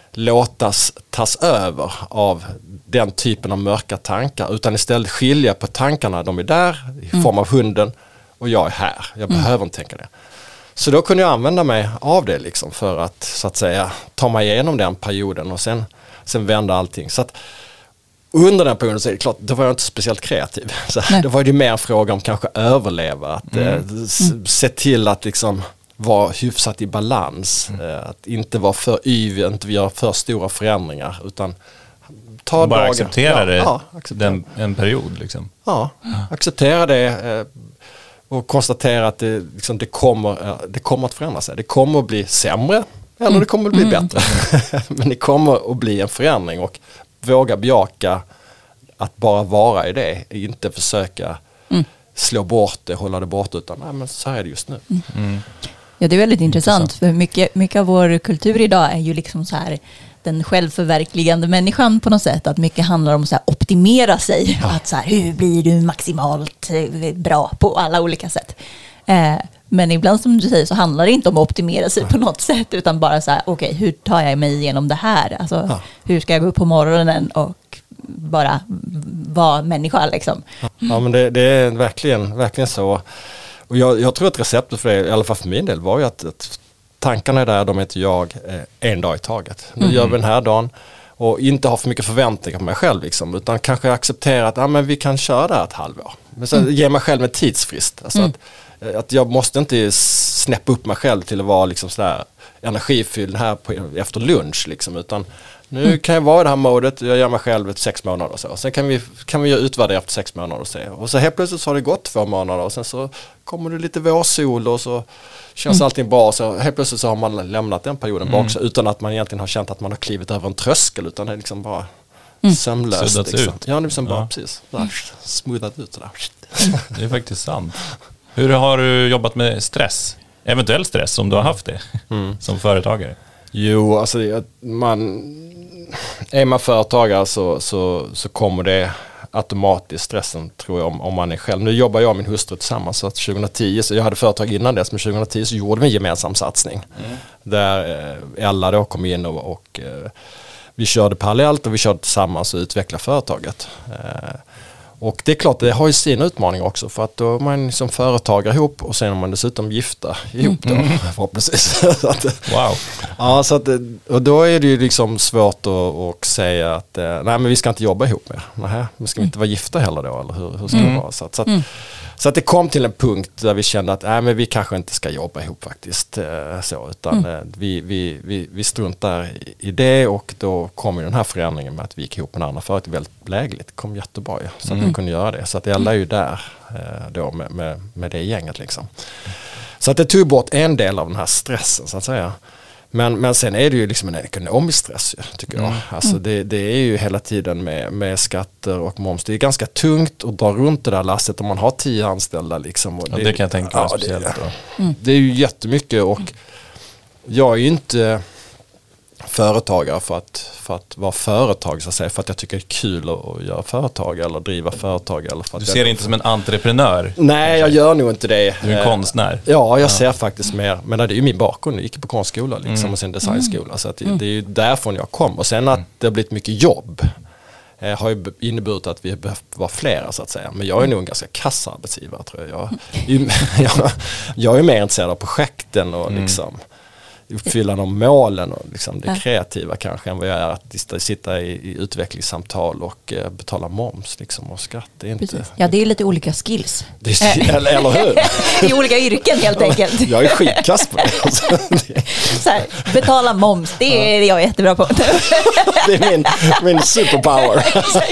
låtas tas över av den typen av mörka tankar, utan istället skilja på tankarna. De är där i form mm. av hunden och jag är här. Jag mm. behöver inte tänka det. Så då kunde jag använda mig av det liksom för att så att säga ta mig igenom den perioden och sen, sen vända allting. Så att under den perioden så är det klart, då var jag inte speciellt kreativ. Så det var ju mer en fråga om kanske överleva, att mm. eh, s- se till att liksom vara hyfsat i balans, mm. eh, att inte vara för yvig, inte göra för stora förändringar, utan ta bara dagen. acceptera det, ja, ja, acceptera. Den, en period liksom. Ja, acceptera det. Eh, Och konstatera att det, liksom, det, kommer, det kommer att förändra sig. Det kommer att bli sämre eller mm. det kommer att bli mm. bättre. Men det kommer att bli en förändring, och våga bejaka att bara vara i det. Inte försöka mm. slå bort det, hålla det bort, utan nej, men så här är det just nu. Mm. Ja, det är väldigt intressant, för mycket, mycket av vår kultur idag är ju liksom så här den självförverkligande människan på något sätt. Att mycket handlar om att så här optimera sig. Ja. Att så här, hur blir du maximalt bra på alla olika sätt. Eh, men ibland som du säger så handlar det inte om att optimera sig på något sätt. Utan bara så här, okej, okay, hur tar jag mig igenom det här? Alltså, ja. Hur ska jag gå upp på morgonen och bara vara människa liksom? Ja, men det, det är verkligen, verkligen så. Och jag, jag tror att receptet för det, i alla fall för min del, var ju att, att tankarna är där, de är inte jag, eh, en dag i taget. Nu mm. gör vi den här dagen och inte ha för mycket förväntningar på mig själv liksom, utan kanske acceptera att ah, men vi kan köra det här ett halvår. Men sen mm. ge mig själv en tidsfrist. Alltså mm. att, att jag måste inte snäppa upp mig själv till att vara liksom sådär energifylld här på, efter lunch liksom, utan nu mm. kan jag vara i det här modet, jag gör mig själv ett sex månader och så. Sen kan vi, kan vi utvärdera efter sex månader och se. Och så helt plötsligt så har det gått två månader och sen så kommer det lite vårsol och så känns mm. allting bra. Så helt plötsligt så har man lämnat den perioden mm. bak så, utan att man egentligen har känt att man har klivit över en tröskel, utan det är liksom bara mm. sömlöst. Suddats liksom. ut. Ja, det är liksom bara precis. Där, smoothat ut sådär. Det är faktiskt sant. Hur har du jobbat med stress? Eventuell stress, om du har haft det mm. som företagare? Jo, alltså det, man, är man företagare så, så, så kommer det automatiskt stressen, tror jag, om, om man är själv. Nu jobbar jag och min hustru tillsammans, så att tjugohundratio, så jag hade företag innan dess, men tjugohundratio så gjorde vi en gemensam satsning. Mm. Där eh, alla då kom in och, och eh, vi körde parallellt och vi körde tillsammans och utvecklade företaget. Eh, Och det är klart, det har ju sina utmaningar också, för att då är man som företagare ihop och sen är man dessutom gifta ihop då, mm. förhoppningsvis. Så att, wow. Ja, så att, och då är det ju liksom svårt att, att säga att nej, men vi ska inte jobba ihop mer. Nej, men ska vi inte vara gifta heller då, eller hur, hur ska mm. det vara? Så att, så, att, mm. så att det kom till en punkt där vi kände att nej, men vi kanske inte ska jobba ihop faktiskt, så, utan mm. vi, vi, vi, vi struntar i det, och då kom ju den här förändringen med att vi gick ihop med en annan företag väldigt lägligt. Det kom jättebra ju, så att mm. vi kunde göra det. Så att alla är ju där då med, med, med det gänget liksom. Så att det tog bort en del av den här stressen, så att säga. Men, men sen är det ju liksom en ekonomisk stress, tycker jag. Alltså det, det är ju hela tiden med, med skatter och moms. Det är ganska tungt att dra runt det där lasset om man har tio anställda. Liksom. Och ja, det, det kan jag tänka mig ja, speciellt. Det, mm. det är ju jättemycket, och jag är ju inte företagare för att, för att vara företag, så att säga, för att jag tycker det är kul att, att göra företag eller driva företag. Eller för att du ser jag, det inte som en entreprenör? Nej, jag gör nog inte det. Du är en konstnär? Ja, jag ja. ser faktiskt mer, men det är ju min bakgrund. Jag gick på konstskola liksom, mm. och sen designskola, så att det, det är ju därifrån jag kom. Och sen att det har blivit mycket jobb eh, har ju inneburit att vi behövt vara flera, så att säga. Men jag är nog en ganska kass arbetsgivare, tror jag. Jag, jag, jag är mer intresserad av projekten och mm. liksom uppfylla de målen och liksom det kreativa kanske, än vad jag är att sitta i, i utvecklingssamtal och uh, betala moms liksom, och skatt. Det är inte, ja, det är lite olika skills. Det är, eller, eller hur? Det är olika yrken helt enkelt. Jag är skitkast på det. Alltså. Så här, betala moms, det är jag jättebra på. Det är min, min superpower.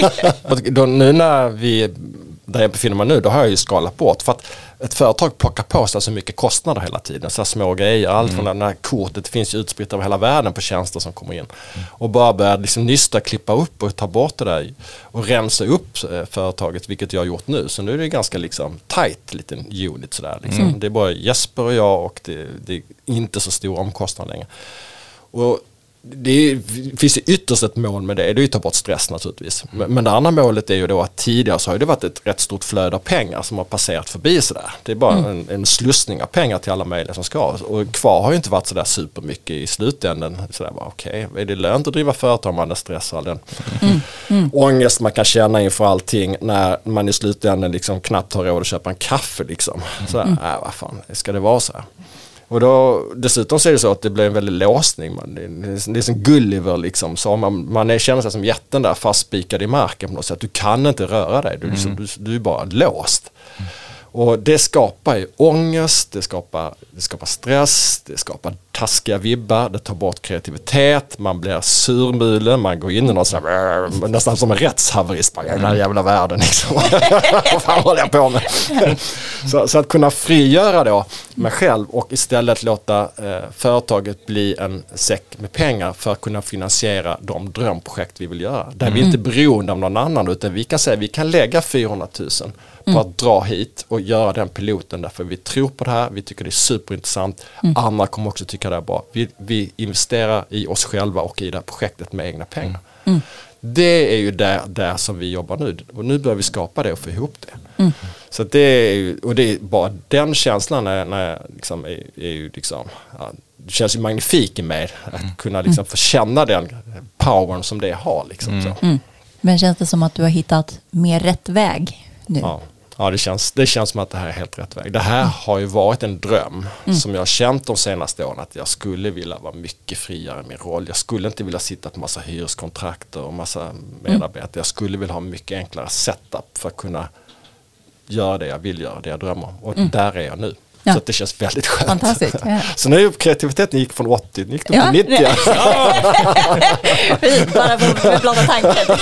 Då, nu när vi, där jag befinner mig nu, då har jag ju skalat bort, för att ett företag plockar på sig så mycket kostnader hela tiden. Så här små grejer, allt från mm. det här kortet, det finns ju utspritt över hela världen på tjänster som kommer in. Mm. Och bara börja liksom nysta, klippa upp och ta bort det där och rensa upp eh, företaget, vilket jag har gjort nu. Så nu är det ganska liksom tight liten unit sådär. Liksom. Mm. Det är bara Jesper och jag, och det, det är inte så stor omkostnad längre. Och det är, finns ju ytterst ett mål med det, det är ju att ta bort stress naturligtvis. Men, men det andra målet är ju då att tidigare så har det varit ett rätt stort flöde av pengar som har passerat förbi sådär. Det är bara mm. en, en slussning av pengar till alla möjliga som ska. Och kvar har ju inte varit sådär supermycket i slutändan. Sådär bara, okej, okay, är det lönt att driva företag om man har stress och all den mm. Mm. ångest man kan känna inför allting när man i slutändan liksom knappt har råd att köpa en kaffe liksom. Sådär, mm. äh, vad fan, ska det vara så här? Och då, dessutom så är det så att det blir en väldigt låsning. Man. Det, är, det är som Gulliver liksom. Så man, man är, känner sig som jätten där fastspikad i marken på något sätt. Du kan inte röra dig. Du, liksom, mm. du, du är bara låst. Mm. Och det skapar ju ångest, det skapar, det skapar stress, det skapar taskiga vibbar, det tar bort kreativitet, man blir surmulen, man går in i något sånt här, nästan som en rättshaverist, bara den här jävla världen liksom. Vad fan håller jag på med? så, så att kunna frigöra då mig själv och istället låta eh, företaget bli en säck med pengar för att kunna finansiera de drömprojekt vi vill göra. Där mm. vi inte är beroende av någon annan, utan vi kan säga vi kan lägga fyrahundratusen på mm. att dra hit och göra den piloten därför vi tror på det här, vi tycker det är superintressant. Mm. Andra kommer också tycka funkar det bra. Vi, vi investerar i oss själva och i det här projektet med egna pengar. Mm. Det är ju där, där som vi jobbar nu. Och nu börjar vi skapa det och få ihop det. Mm. Så det är ju, och det är bara den känslan när, när jag liksom är, är ju liksom, ja, det känns ju magnifik i mig att kunna liksom få känna den powern som det har. Liksom, så. Mm. Men känns det som att du har hittat mer rätt väg nu? Ja, ja det, känns, det känns som att det här är helt rätt väg. Det här mm. har ju varit en dröm mm. som jag har känt de senaste åren, att jag skulle vilja vara mycket friare i min roll. Jag skulle inte vilja sitta på massa hyreskontrakter och massa medarbetare. Mm. Jag skulle vilja ha mycket enklare setup för att kunna göra det jag vill göra, det jag drömmer om. Och mm. där är jag nu. Ja. Så att det känns väldigt skönt. Fantastiskt. Ja. Så nu kreativiteten gick från åttio, gick upp till ja, nittio. Bara för att blanda tanken.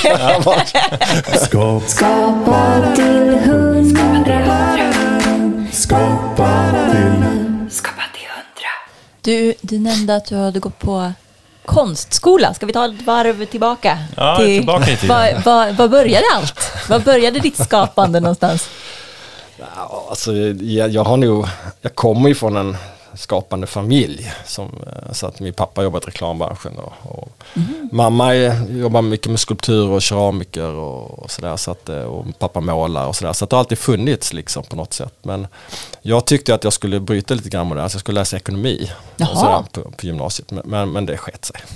Skapa till hundra. Skapa till Skapa till hundra. Du, du nämnde att du hade gått på konstskola. Ska vi ta ett varv tillbaka? Ja, till, tillbaka i tiden. Vad va, va började allt? Vad började ditt skapande någonstans? Ja, alltså, jag, jag har nog, jag kommer ju från en skapande familj som, så att min pappa jobbat i reklambranschen och, och mm. mamma jobbar mycket med skulptur och keramiker och, och sådär, så att, och pappa målar och sådär, så att det har alltid funnits liksom på något sätt, men jag tyckte att jag skulle bryta lite grann med det, alltså jag skulle läsa ekonomi och sådär, på, på gymnasiet, men, men, men det skett sig.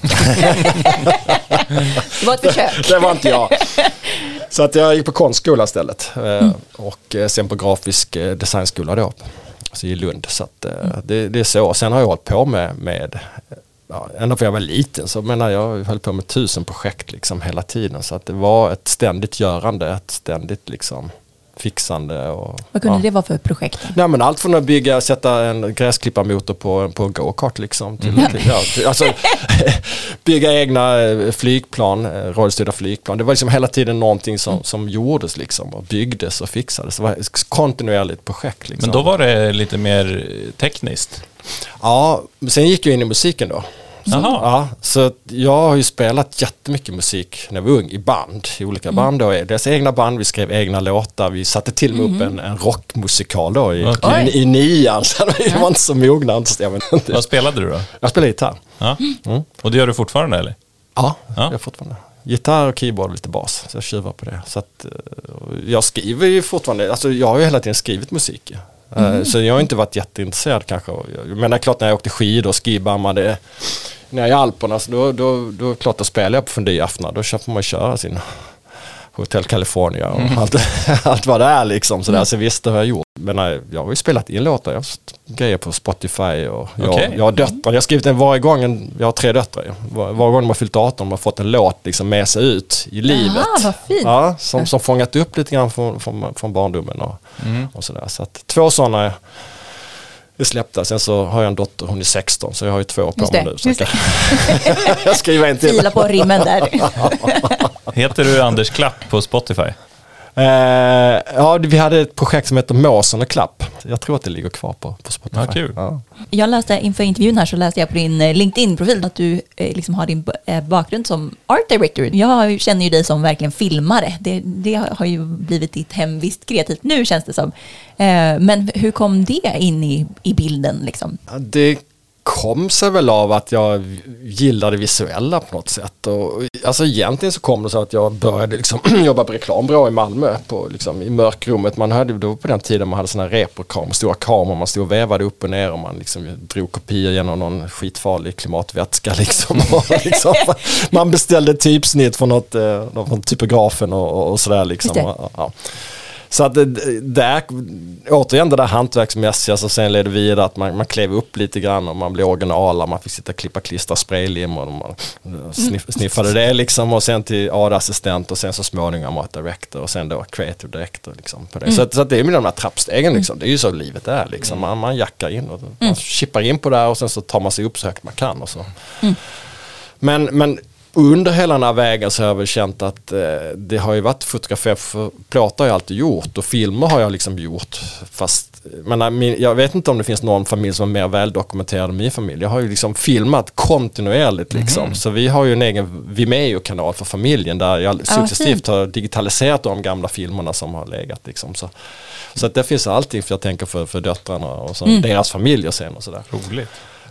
Det var ett försök. Det var inte jag. Så att jag gick på konstskola istället mm. och sen på grafisk designskola då, alltså i Lund. Så att mm. det, det är så. Sen har jag hållit på med, med ja, ända för jag var liten så menar jag höll på med tusen projekt liksom hela tiden. Så att det var ett ständigt görande, ett ständigt liksom fixande. Och, vad kunde ja. det vara för projekt? Nej, men allt från att bygga, sätta en gräsklipparmotor på, på en go-kart liksom. Till, mm. till, ja, till, alltså, bygga egna flygplan, radiostyrda flygplan. Det var liksom hela tiden någonting som, som gjordes liksom och byggdes och fixades. Det var ett kontinuerligt projekt. Liksom. Men då var det lite mer tekniskt? Ja, sen gick jag in i musiken då. Så, ja, så jag har ju spelat jättemycket musik när jag var ung i band, i olika mm. band då. Dels egna band, vi skrev egna låtar, vi satte till med mm. upp en, en rockmusikal då i, okay. i, i nian, så det var inte så mogna. Vad spelade du då? Jag spelade gitarr. Ja. Mm. Och det gör du fortfarande eller? Ja, ja. Jag gör fortfarande. Gitarr och keyboard och lite bas, så jag tjuvar på det. Så att, jag skriver ju fortfarande, alltså jag har ju hela tiden skrivit musik. Mm. Så jag har inte varit jätteintresserad kanske. Men det är klart när jag åkte skidor och skibammade när jag är i Alperna, så då, då, då klart att spela jag på fundiaftnar. Då får man köra sin Hotel California och mm. allt, allt vad det är liksom. Så, där. Så visst det har jag gjort. Men nej, jag har ju spelat in låtar. Jag har grejer på Spotify och jag, okay. jag har döttrar. Jag har skrivit en varje gång, en, jag har tre döttrar. Var, varje gång de har fyllt arton de har fått en låt liksom med sig ut i livet. Aha, vad fint. Ja, som, som fångat upp lite grann från, från, från barndomen och, mm. och sådär. Så att två sådana är släppta. Sen så har jag en dotter, hon är sexton, så jag har ju två på mig nu. Så jag, jag skriver en till. Fila på rimmen där. Heter du Anders Klapp på Spotify? Uh, ja, vi hade ett projekt som heter Måsen och Klapp. Jag tror att det ligger kvar på, på Spotify. Ja, kul. Ja. Jag läste inför intervjun här, så läste jag på din LinkedIn-profil att du eh, liksom har din eh, bakgrund som art director. Jag känner ju dig som verkligen filmare. Det, det har ju blivit ditt hemvist kreativt nu, känns det som. Eh, men hur kom det in i, i bilden liksom? Ja, det kom sig väl av att jag gillade visuella på något sätt. Och, alltså egentligen så kom det så att jag började liksom jobba på reklambyrå i Malmö på, liksom, i mörkrummet. Man hade då på den tiden man hade såna här reporkameror, stora kameror, man stod och vävade upp och ner och man liksom drog kopior genom någon skitfarlig klimatvätska liksom. Och liksom man beställde typsnitt från något, från typografen och, och sådär liksom. Ja, ja. Så att det, där, återigen det där hantverksmässiga, så sen ledde det vidare att man, man klev upp lite grann och man blev originala, man fick sitta och klippa, klistra, spraylim och man sniff, sniffade det liksom, och sen till A D-assistent och sen så småningom art director och sen då creative director liksom på det. Mm. Så, att, så att det är med de här trappstegen liksom, det är ju så livet är liksom, man, man jackar in och man chippar in på det och sen så tar man sig upp så högt man kan och så. Mm. Men, men under hela den här vägen så har jag väl känt att eh, det har ju varit fotografi, för plåtar har jag alltid gjort och filmer har jag liksom gjort, fast men, min, jag vet inte om det finns någon familj som är mer väldokumenterad än min familj. Jag har ju liksom filmat kontinuerligt liksom, mm. så vi har ju en egen Vimeo-kanal för familjen där jag successivt har digitaliserat de gamla filmerna som har legat liksom, så, så att det finns allting för jag tänker för, för döttrarna och så, mm. deras familjer sen och sådär. Roligt.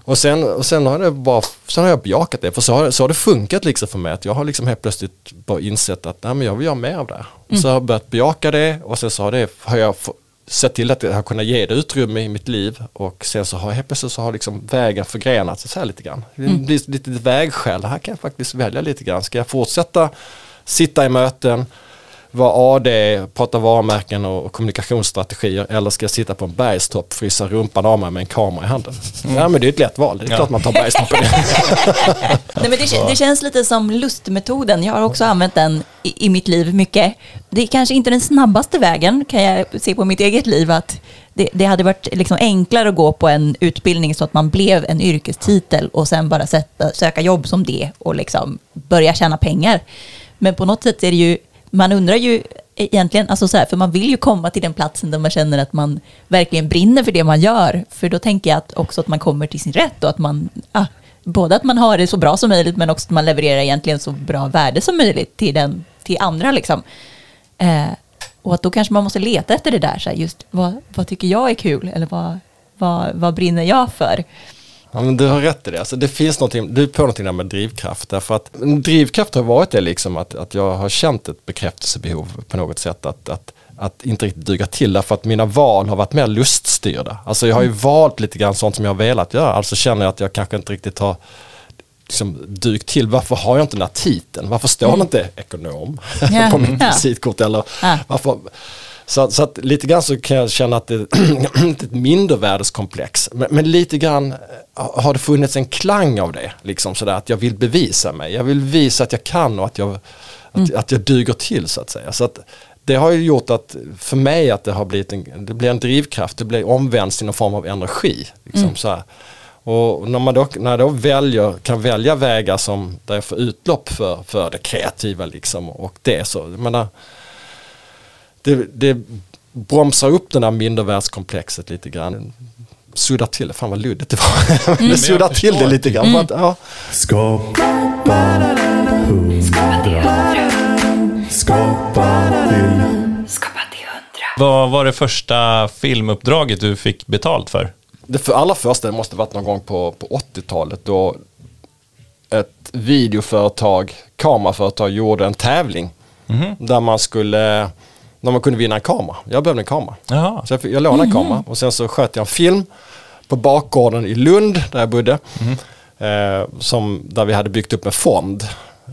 Och sen, och sen har det bara, sen har jag bejakat det, för så har, så har det funkat liksom för mig, att jag har liksom helt plötsligt bara insett att nej, men jag vill göra mer av det. Mm. Så har jag börjat bejaka det, och sen så har, det, har jag få, sett till att jag har kunnat ge det utrymme i mitt liv, och sen så har helt plötsligt så har liksom vägen förgrenat sig så här lite grann. Det blir lite vägskäl, här kan jag faktiskt välja lite grann. Ska jag fortsätta sitta i möten, vara A D, prata varumärken och kommunikationsstrategier, eller ska jag sitta på en bergstopp, frysa rumpan av mig med en kamera i handen? Mm. Ja, men det är ett lätt val. Det är ja. klart man tar bergstoppen. Nej, men det, det känns lite som lustmetoden. Jag har också använt den i, i mitt liv mycket. Det är kanske inte den snabbaste vägen, kan jag se på mitt eget liv, att det, det hade varit liksom enklare att gå på en utbildning så att man blev en yrkestitel och sen bara sätta, söka jobb som det och liksom börja tjäna pengar. Men på något sätt är det ju, man undrar ju egentligen, alltså så här, för man vill ju komma till den platsen där man känner att man verkligen brinner för det man gör. För då tänker jag att också att man kommer till sin rätt och att man, ah, både att man har det så bra som möjligt, men också att man levererar egentligen så bra värde som möjligt till, den, till andra liksom. Eh, och att då kanske man måste leta efter det där, så här, just vad, vad tycker jag är kul, eller vad, vad, vad brinner jag för? Ja, men du har rätt i det. Alltså, det finns någonting, du är på någonting där med drivkraft. Därför att drivkraft har varit det liksom att, att jag har känt ett bekräftelsebehov på något sätt. Att, att, att inte riktigt duga till. Därför att mina val har varit mer luststyrda. Alltså jag har ju valt lite grann sånt som jag har velat göra. Alltså känner jag att jag kanske inte riktigt har liksom dykt till. Varför har jag inte den här titeln? Varför står mm. det inte ekonom ja. på mitt visitkort? Eller ja. varför... Så, så att lite grann så kan jag känna att det är ett mindervärdeskomplex. Men, men lite grann har det funnits en klang av det. Liksom sådär, att jag vill bevisa mig. Jag vill visa att jag kan och att jag, att, mm. att jag duger till, så att säga. Så att det har ju gjort att för mig att det har blivit en, det blir en drivkraft. Det blir omvänds i någon form av energi. Liksom, mm. så här. Och när man då, när jag då väljer, kan välja vägar som, där jag får utlopp för, för det kreativa liksom, och det så. Jag menar, Det, det bromsar upp den där mindervärdskomplexet lite grann. Suddar till, fan vad luddigt det var. Mm. Det suddar till det lite grann. Mm. Att, ja. Skapa hundra. Skapa till. Skapa till hundra. Vad var det första filmuppdraget du fick betalt för? Det för allra första måste varit någon gång på, på åttiotalet då ett videoföretag, kameraföretag gjorde en tävling mm. där man skulle... när man kunde vinna en kamera. Jag behövde en kamera. Jaha. Så jag, jag lånade en kamera och sen så sköt jag en film på bakgården i Lund där jag bodde. Mm. Eh, som, där vi hade byggt upp en fond.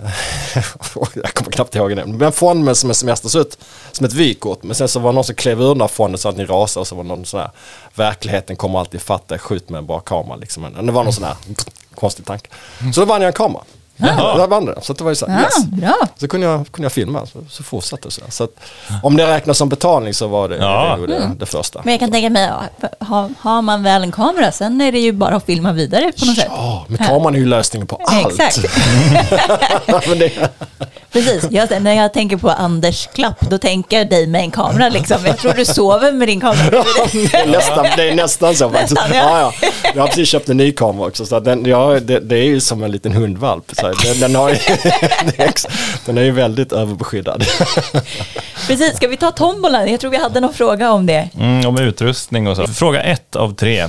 Jag kommer knappt ihåg det. Men en fond med som en semester så ut som ett vykort. Men sen så var det någon som klev ur den här fonden så att ni rasade, och så var det någon sån här, verkligheten kommer alltid fatta, skjut med en bra kamera liksom. Men det var någon sån här konstig tanke. Mm. Så då vann jag en kamera. Ja, där vann det. Så det var ju så, ja, yes. Bra. Så kunde jag, kunde jag filma, så, så fortsatte så. Så att, om det räknas som betalning så var det ja. det, det, mm. det första. Men jag kan tänka mig, har, har man väl en kamera, sen är det ju bara att filma vidare på något ja, sätt. Ja, men kameran är ju lösningen på allt. Exakt. Men det... Precis, jag, när jag tänker på Anders Klapp, då tänker jag dig med en kamera liksom. Jag tror du sover med din kamera. det, är nästan, det är nästan så faktiskt. Nästan, ja. Ja, ja. Jag har precis köpt en ny kamera också, så den, ja, det, det är ju som en liten hundvalp. Så den, den, har ju, den är ju väldigt överbeskyddad. Precis, ska vi ta tombolan? Jag tror vi hade någon fråga om det. Mm, om utrustning och så. Fråga ett av tre.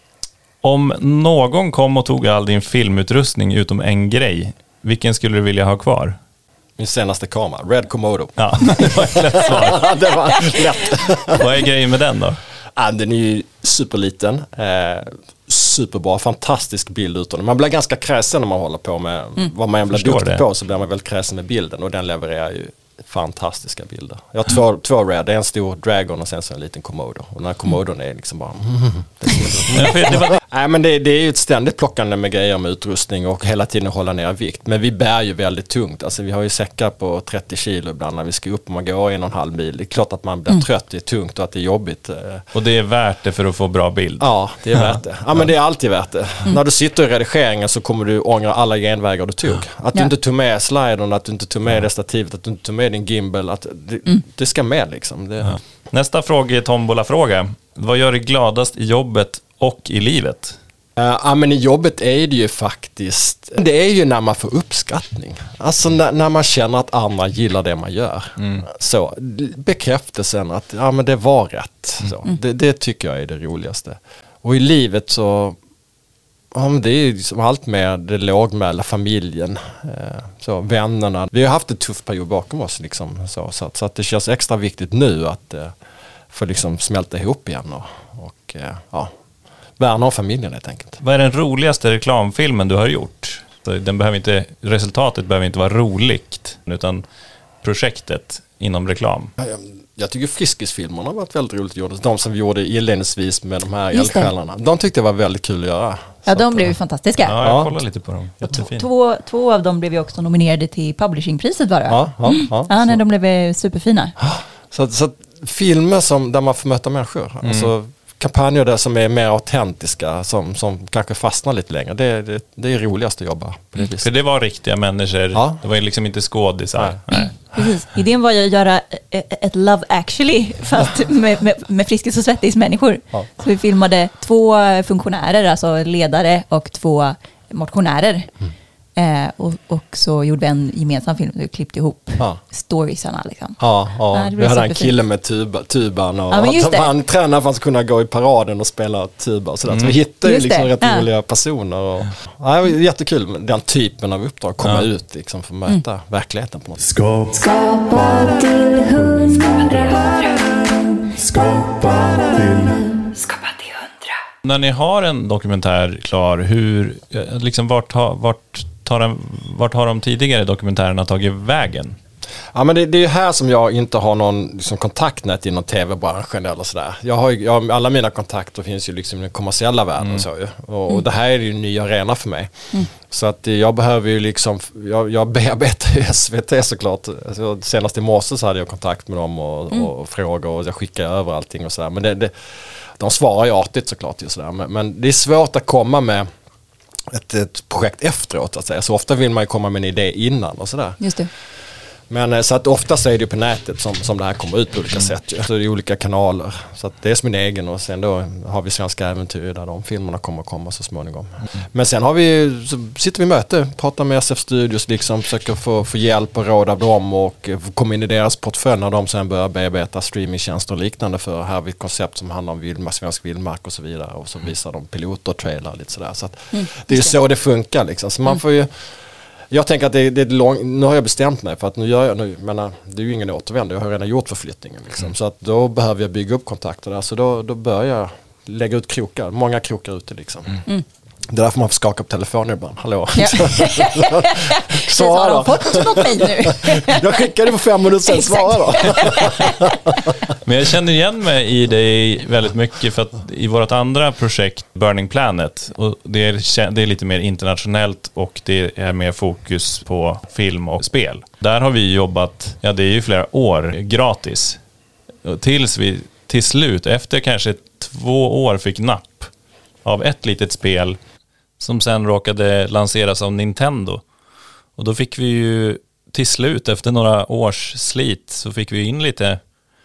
Om någon kom och tog all din filmutrustning utom en grej, vilken skulle du vilja ha kvar? Min senaste kamera, Red Komodo. Ja, det var ett lätt svar. Det var lätt. Vad är grejen med den då? Ja, den är ju superliten. Eh, superbra, fantastisk bild utan. Man blir ganska kräsen när man håller på med mm. vad man än blir duktig det. på, så blir man väldigt kräsen med bilden, och den levererar ju fantastiska bilder. Jag har två, två Red, det är en stor Dragon och sen så en liten Komodo. Och den här Komodon är liksom bara... Mm, det är det var... Nej, men det, det är ju ett ständigt plockande med grejer med utrustning och hela tiden hålla ner vikt. Men vi bär ju väldigt tungt. Alltså vi har ju säckar på trettio kilo ibland när vi ska upp och man går en och en halv mil. Det är klart att man blir mm. trött, det är tungt och att det är jobbigt. Och det är värt det för att få bra bild? Ja, det är värt det. Ja, men det är alltid värt det. Mm. När du sitter i redigeringen så kommer du ångra alla genvägar du tog. Att du ja. inte tog med slidern, att du inte tog med det stativet, att du inte tog med din gimbal. Att det, mm. det ska med liksom. Det... Ja. Nästa fråga är tombola-fråga. Vad gör dig gladast i jobbet och i livet? Uh, ja, men i jobbet är det ju faktiskt, det är ju när man får uppskattning. Alltså när, när man känner att andra gillar det man gör. Mm. Så bekräftelsen att ja, men det var rätt. Så, mm. det, det tycker jag är det roligaste. Och i livet så Ja, men det är ju liksom allt med det lågmälda, familjen, eh, så, vännerna. Vi har haft ett tufft period bakom oss liksom, så, så, att, så att det känns extra viktigt nu att eh, få liksom smälta ihop igen och, och eh, ja, värna om familjen helt enkelt. Vad är den roligaste reklamfilmen du har gjort? Så den behöver inte, resultatet behöver inte vara roligt, utan projektet inom reklam. Jag, jag tycker Friskisfilmerna har varit väldigt roligt gjorda. De som vi gjorde inledningsvis med de här Just det. eldsjälarna. De tyckte jag var väldigt kul att göra. Ja, Så de att, blev ju fantastiska. Ja, jag Ja. kollar lite på dem. Jättefint. Två, två av dem blev ju också nominerade till publishingpriset bara. ja, ja, ja. Ja, nej, Så- de blev eh, superfina. Så, att- så att filmer som, där man får möta människor, Mm. alltså kampanjer där som är mer autentiska, som, som kanske fastnar lite längre, det, det, det är roligast att jobba på det För viset. det var riktiga människor. Ja. Det var ju liksom inte skådisar. Nej. Precis. Idén var ju att göra eh, ett Love Actually fast med, med, med Friskis och Svettis människor. Ja. Så vi filmade två funktionärer, alltså ledare och två motionärer. Mm. Eh, och, och så gjorde vi en gemensam film och vi klippte ihop Ja. storiesarna liksom. Ja, Ja, ja. det vi blev hade en superfint. kille med tuba, tuban och Ja, men just han, det. han tränade för att kunna gå i paraden och spela tuba och sådär. Så vi hittade ju Just liksom det. rätt Ja. roliga personer. Och, ja, det var jättekul med den typen av uppdrag, komma Ja. ut liksom, för att möta verkligheten på något sätt. Skapa, Skapa till hundra. skapa till, Skapa till hundra. När ni har en dokumentär klar, hur, eh, liksom vart, har, vart, tar den, vart har de tidigare dokumentärerna tagit vägen? Ja, men det, det är ju här som jag inte har någon liksom, kontaktnät inom tv-branschen eller sådär. Jag har, ju- jag, alla mina kontakter finns ju liksom i den kommersiella världen. Mm. Så ju. Och, och det här är ju en ny arena för mig. Så att eh, jag behöver ju liksom, jag, jag bearbetar ju S V T såklart. Alltså, senast i morse så hade jag kontakt med dem och, och frågor och jag skickar över allting och sådär. Men det, det, de svarar ju artigt såklart. Ju sådär. Men, men det är svårt att komma med ett, ett projekt efteråt. Så, att säga. Så ofta vill man ju komma med en idé innan och sådär. Just det. Men eh, så att ofta så är det ju på nätet som, som det här kommer ut på olika sätt. Ju. Så det är olika kanaler. Så att det är som min egen och sen då har vi Svenska Äventyr där de filmerna kommer komma så småningom. Men sen har vi, så sitter vi i möte, pratar med S F Studios liksom, försöker få, få hjälp och råd av dem och eh, komma in i deras portfölj när de sen börjar bearbeta streamingtjänster och liknande för här har vi ett koncept som handlar om vildmark, svensk vildmark och så vidare och så visar de piloter och trailer och lite sådär. Så att det är ju så det funkar liksom. Så man får ju Jag tänker att det, det är lång, nu har jag bestämt mig för att nu gör jag nu, menar, det är ju ingen återvändo, jag har redan gjort förflyttningen liksom. Mm. Så att då behöver jag bygga upp kontakter där, så då, då börjar jag lägga ut krokar, många krokar ute liksom. Mm. Det är därför man får skaka upp telefonen ibland, hallå. Ja. Så har Svara de fått något mejl nu. Jag skickade för fem minuter sedan, svara då. Men jag känner igen mig i dig väldigt mycket för att i vårt andra projekt Burning Planet, och det är, det är lite mer internationellt och det är mer fokus på film och spel. Där har vi jobbat, ja det är ju flera år, gratis. Och tills vi till slut, efter kanske två år, fick napp av ett litet spel som sen råkade lanseras av Nintendo. Och då fick vi ju till slut, efter några års slit, så fick vi in lite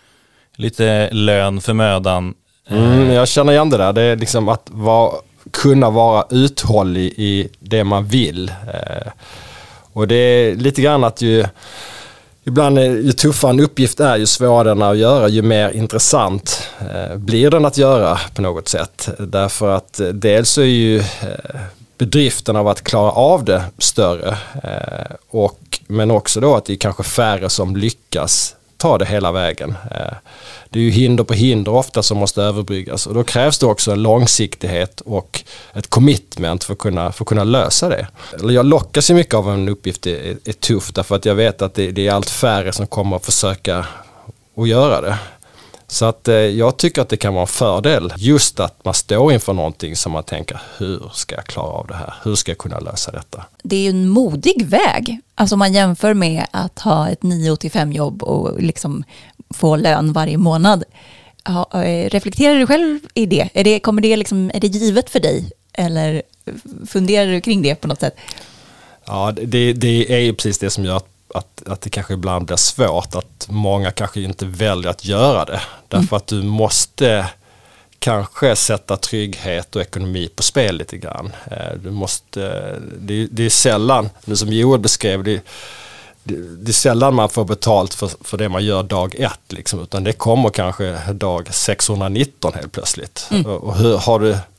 lite lön för mödan. Mm, jag känner igen det där. Det är liksom att vara, kunna vara uthållig i det man vill. Eh, och det är lite grann att ju, ibland är, ju tuffare en uppgift är, ju svårare den är att göra, ju mer intressant eh, blir den att göra på något sätt. Därför att eh, dels så är ju eh, bedriften av att klara av det större. Eh, och, men också då att det är kanske färre som lyckas ta det hela vägen. Det är ju hinder på hinder ofta som måste överbryggas och då krävs det också en långsiktighet och ett commitment för att kunna, för att kunna lösa det. Jag lockas ju mycket av en uppgift är, är tuff därför att jag vet att det, det är allt färre som kommer att försöka att göra det. Så att eh, jag tycker att det kan vara en fördel just att man står inför någonting som man tänker, hur ska jag klara av det här? Hur ska jag kunna lösa detta? Det är ju en modig väg. Alltså man jämför med att ha ett nio till fem jobb och liksom få lön varje månad. Ja, reflekterar du själv i det? Är det, kommer det liksom, är det givet för dig? Eller funderar du kring det på något sätt? Ja, det, det är ju precis det som gör att Att, att det kanske ibland blir svårt, att många kanske inte väljer att göra det. Därför mm. att du måste kanske sätta trygghet och ekonomi på spel lite grann. Du måste, det, det är sällan, nu som Joel beskrev, det, det, det är sällan man får betalt för, för det man gör dag ett. Liksom, utan det kommer kanske dag sexhundranitton helt plötsligt. Mm. Och hur, har, du,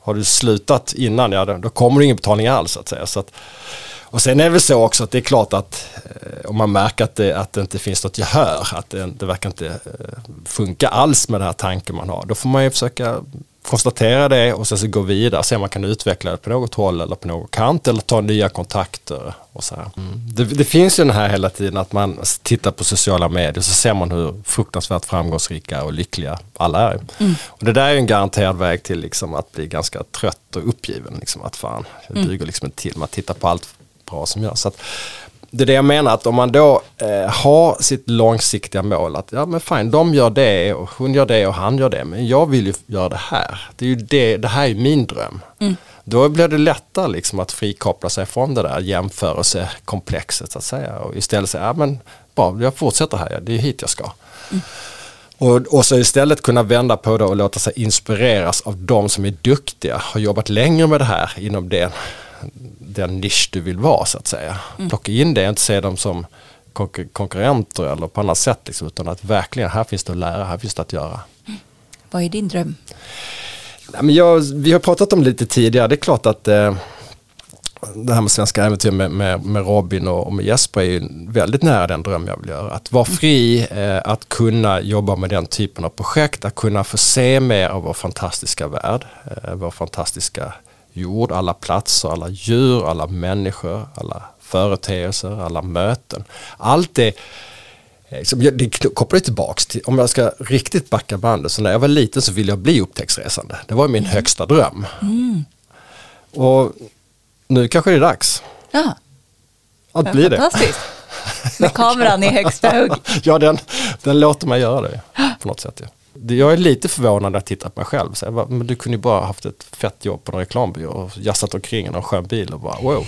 Har du slutat innan, ja, då, då kommer det ingen betalning alls så att säga. Så att, och sen är det väl så också att det är klart att eh, om man märker att det, att det inte finns något gehör, att det, det verkar inte eh, funka alls med den här tanken man har, då får man ju försöka konstatera det och sen så gå vidare, se om man kan utveckla det på något håll eller på något kant eller ta nya kontakter och så här. Mm. Det, det finns ju den här hela tiden att man tittar på sociala medier så ser man hur fruktansvärt framgångsrika och lyckliga alla är. Mm. Och det där är ju en garanterad väg till liksom att bli ganska trött och uppgiven. Liksom att fan, det duger liksom inte till. Man tittar på allt bra som görs. Så att det är det jag menar, att om man då eh, har sitt långsiktiga mål att ja men fine, de gör det och hon gör det och han gör det, men jag vill ju göra det här. Det är ju det, det här är min dröm. Mm. Då blir det lättare liksom att frikoppla sig från det där jämförelsekomplexet så att säga och istället säga ja men bra, jag fortsätter här, det är hit jag ska. Mm. Och, och så istället kunna vända på det och låta sig inspireras av de som är duktiga, har jobbat längre med det här inom det den nisch du vill vara så att säga. Mm. Plocka in det, inte se dem som konkur- konkurrenter eller på annat sätt liksom, utan att verkligen här finns det att lära, här finns det att göra. Mm. Vad är din dröm? Nej, men jag, vi har pratat om det lite tidigare, det är klart att eh, det här med svenska äventyr med, med, med Robin och, och med Jesper är ju väldigt nära den dröm jag vill göra. Att vara fri, eh, att kunna jobba med den typen av projekt, att kunna få se mer av vår fantastiska värld, eh, vår fantastiska jord, alla platser, alla djur, alla människor, alla företeelser, alla möten. Allt det, det kopplar tillbaks till, om jag ska riktigt backa bandet, så när jag var liten så ville jag bli upptäcktsresande. Det var min mm. högsta dröm. Mm. Och nu kanske det är dags. Ja. Att bli det. Fantastiskt. Med kameran i högsta hugg. Ja, den, den låter mig göra det på något sätt. Ja. Jag är lite förvånad när jag tittar på mig själv. Så jag, men du kunde ju bara haft ett fett jobb på en reklambyrå och jassat omkring en skön bil och bara wow.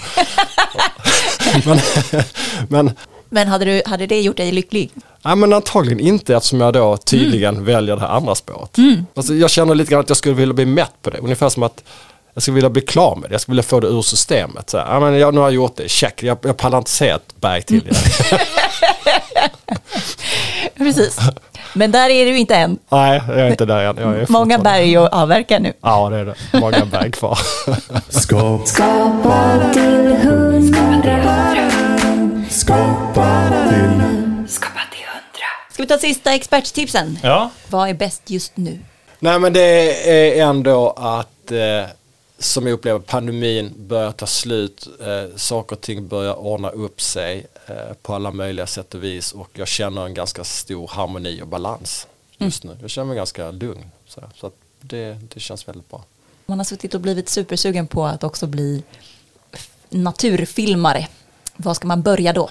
men, men, men hade, du, hade det gjort dig lycklig? Ja, men antagligen inte, eftersom jag då tydligen mm. väljer det här andra spåret. Mm. Alltså, jag känner lite grann att jag skulle vilja bli mätt på det. Ungefär som att jag skulle vilja bli klar med det. Jag skulle vilja få det ur systemet. Så, ja, men jag, nu har jag gjort det. Check. Jag, jag pallar inte se ett berg till. Mm. Precis. Men där är du inte än. Nej, jag är inte där än. Jag är många berg att avverka nu. Ja, det är det. Många berg kvar. Skapa, Skapa till hundra. skapa till Skapa till hundra. Ska vi ta sista experttipsen? Ja. Vad är bäst just nu? Nej, men det är ändå att eh, som jag upplever, pandemin börjar ta slut. Eh, saker och ting börjar ordna upp sig eh, på alla möjliga sätt och vis. Och jag känner en ganska stor harmoni och balans just mm. nu. Jag känner mig ganska lugn. Så, så att det, det känns väldigt bra. Man har suttit och blivit supersugen på att också bli naturfilmare. Vad ska man börja då?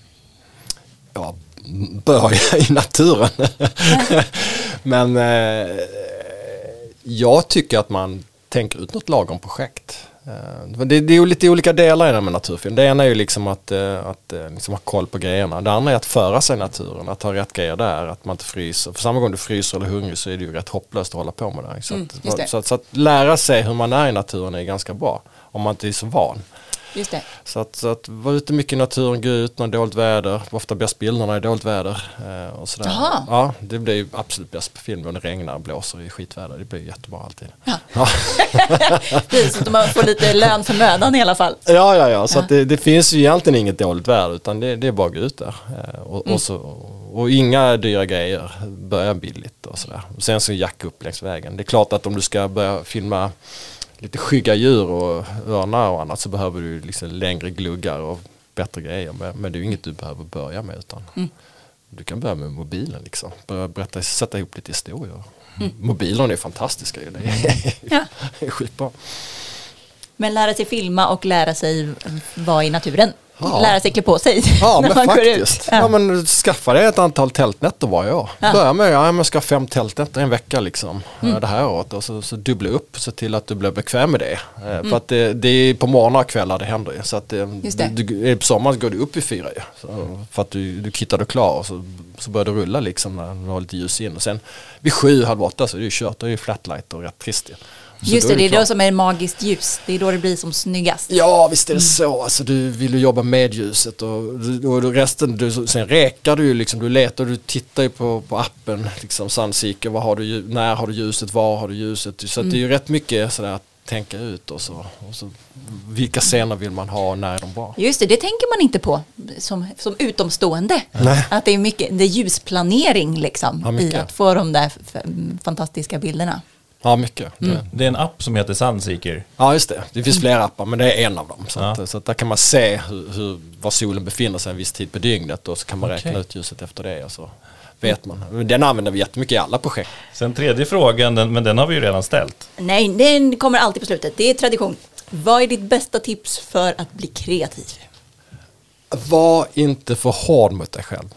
Ja, börja i naturen. Men eh, jag tycker att man tänker ut något lagom projekt. Det, det är ju lite olika delar i det med naturfilm. Det ena är ju liksom att, att liksom ha koll på grejerna. Det andra är att föra sig i naturen, att ha rätt grejer där, att man inte fryser. För samma gång du fryser eller hungrig så är det ju rätt hopplöst att hålla på med det. Så, mm, att, så, att, så att lära sig hur man är i naturen är ganska bra om man inte är så van. Just det. Så att, så att vara ute mycket i naturen, gå ut när det är dåligt väder. Ofta bäst bilderna är dåligt väder. Eh, och sådär. Ja, det blir ju absolut bäst på film när det regnar och blåser i skitväder. Det blir jättebra alltid. Ja. Ja. Precis, så att man får lite lön för mödan i alla fall. Ja, ja, ja. Så ja. Att det, det finns ju egentligen inget dåligt väder utan det, det är bara att gå ut där. Eh, och, mm. och, så, och inga dyra grejer. Börja billigt och sådär. Och sen så jacka upp längs vägen. Det är klart att om du ska börja filma lite skygga djur och örnar och annat så behöver du liksom längre gluggar och bättre grejer. Men, men det är ju inget du behöver börja med utan mm. du kan börja med mobilen liksom. Börja berätta, sätta ihop lite historier. Mm. Mobilen är fantastiska ju. Det är, ja. Det är skitbra. Men lära sig filma och lära sig vara i naturen. Ja. Lära sig klä på sig. Ja, men faktiskt. Ja. Ja, men skaffa dig ett antal tältnätter varje år. Ja. Börja med, ja, jag ska fem tältnätter en vecka liksom. Mm. Det här året. Och så, så dubbla upp, så till att du blir bekväm med det. Mm. För att det, det är på morgnar och kvällar det händer ju. Så att det, det. Du, du, på sommaren går du upp i fyra ju. Så, för att du, du kittar du klar och så, så börjar du rulla liksom när du har lite ljus in. Och sen vid sju, halv åtta så är det ju kört. Det är ju flatlight och rätt trist ju. Så just det, det är då som är magiskt ljus. Det är då det blir som snyggast. Ja, visst är det så. Alltså, du vill ju jobba med ljuset och, och resten, du, sen räkar du ju liksom, du letar, du tittar ju på, på appen liksom, Sunseeker, vad har du, när har du ljuset, var har du ljuset. Så mm. att det är ju rätt mycket sådär att tänka ut och så, och så vilka scener vill man ha och när är de bra. Just det, det tänker man inte på som, som utomstående. Nej. Att det är mycket, det är ljusplanering liksom Ja, mycket. i att få de där f- fantastiska bilderna. Ja, mycket. Mm. Det, Det är en app som heter Sunseeker. ja, just det. Det finns flera appar, men det är en av dem. Så, Ja. att, så att där kan man se hur, hur, var solen befinner sig en viss tid på dygnet och så kan man Okej. räkna ut ljuset efter det och så vet man. Den använder vi jättemycket i alla projekt. Sen tredje frågan, den, men den har vi ju redan ställt. Nej, den kommer alltid på slutet. Det är tradition. Vad är ditt bästa tips för att bli kreativ? Var inte för hård mot dig själv.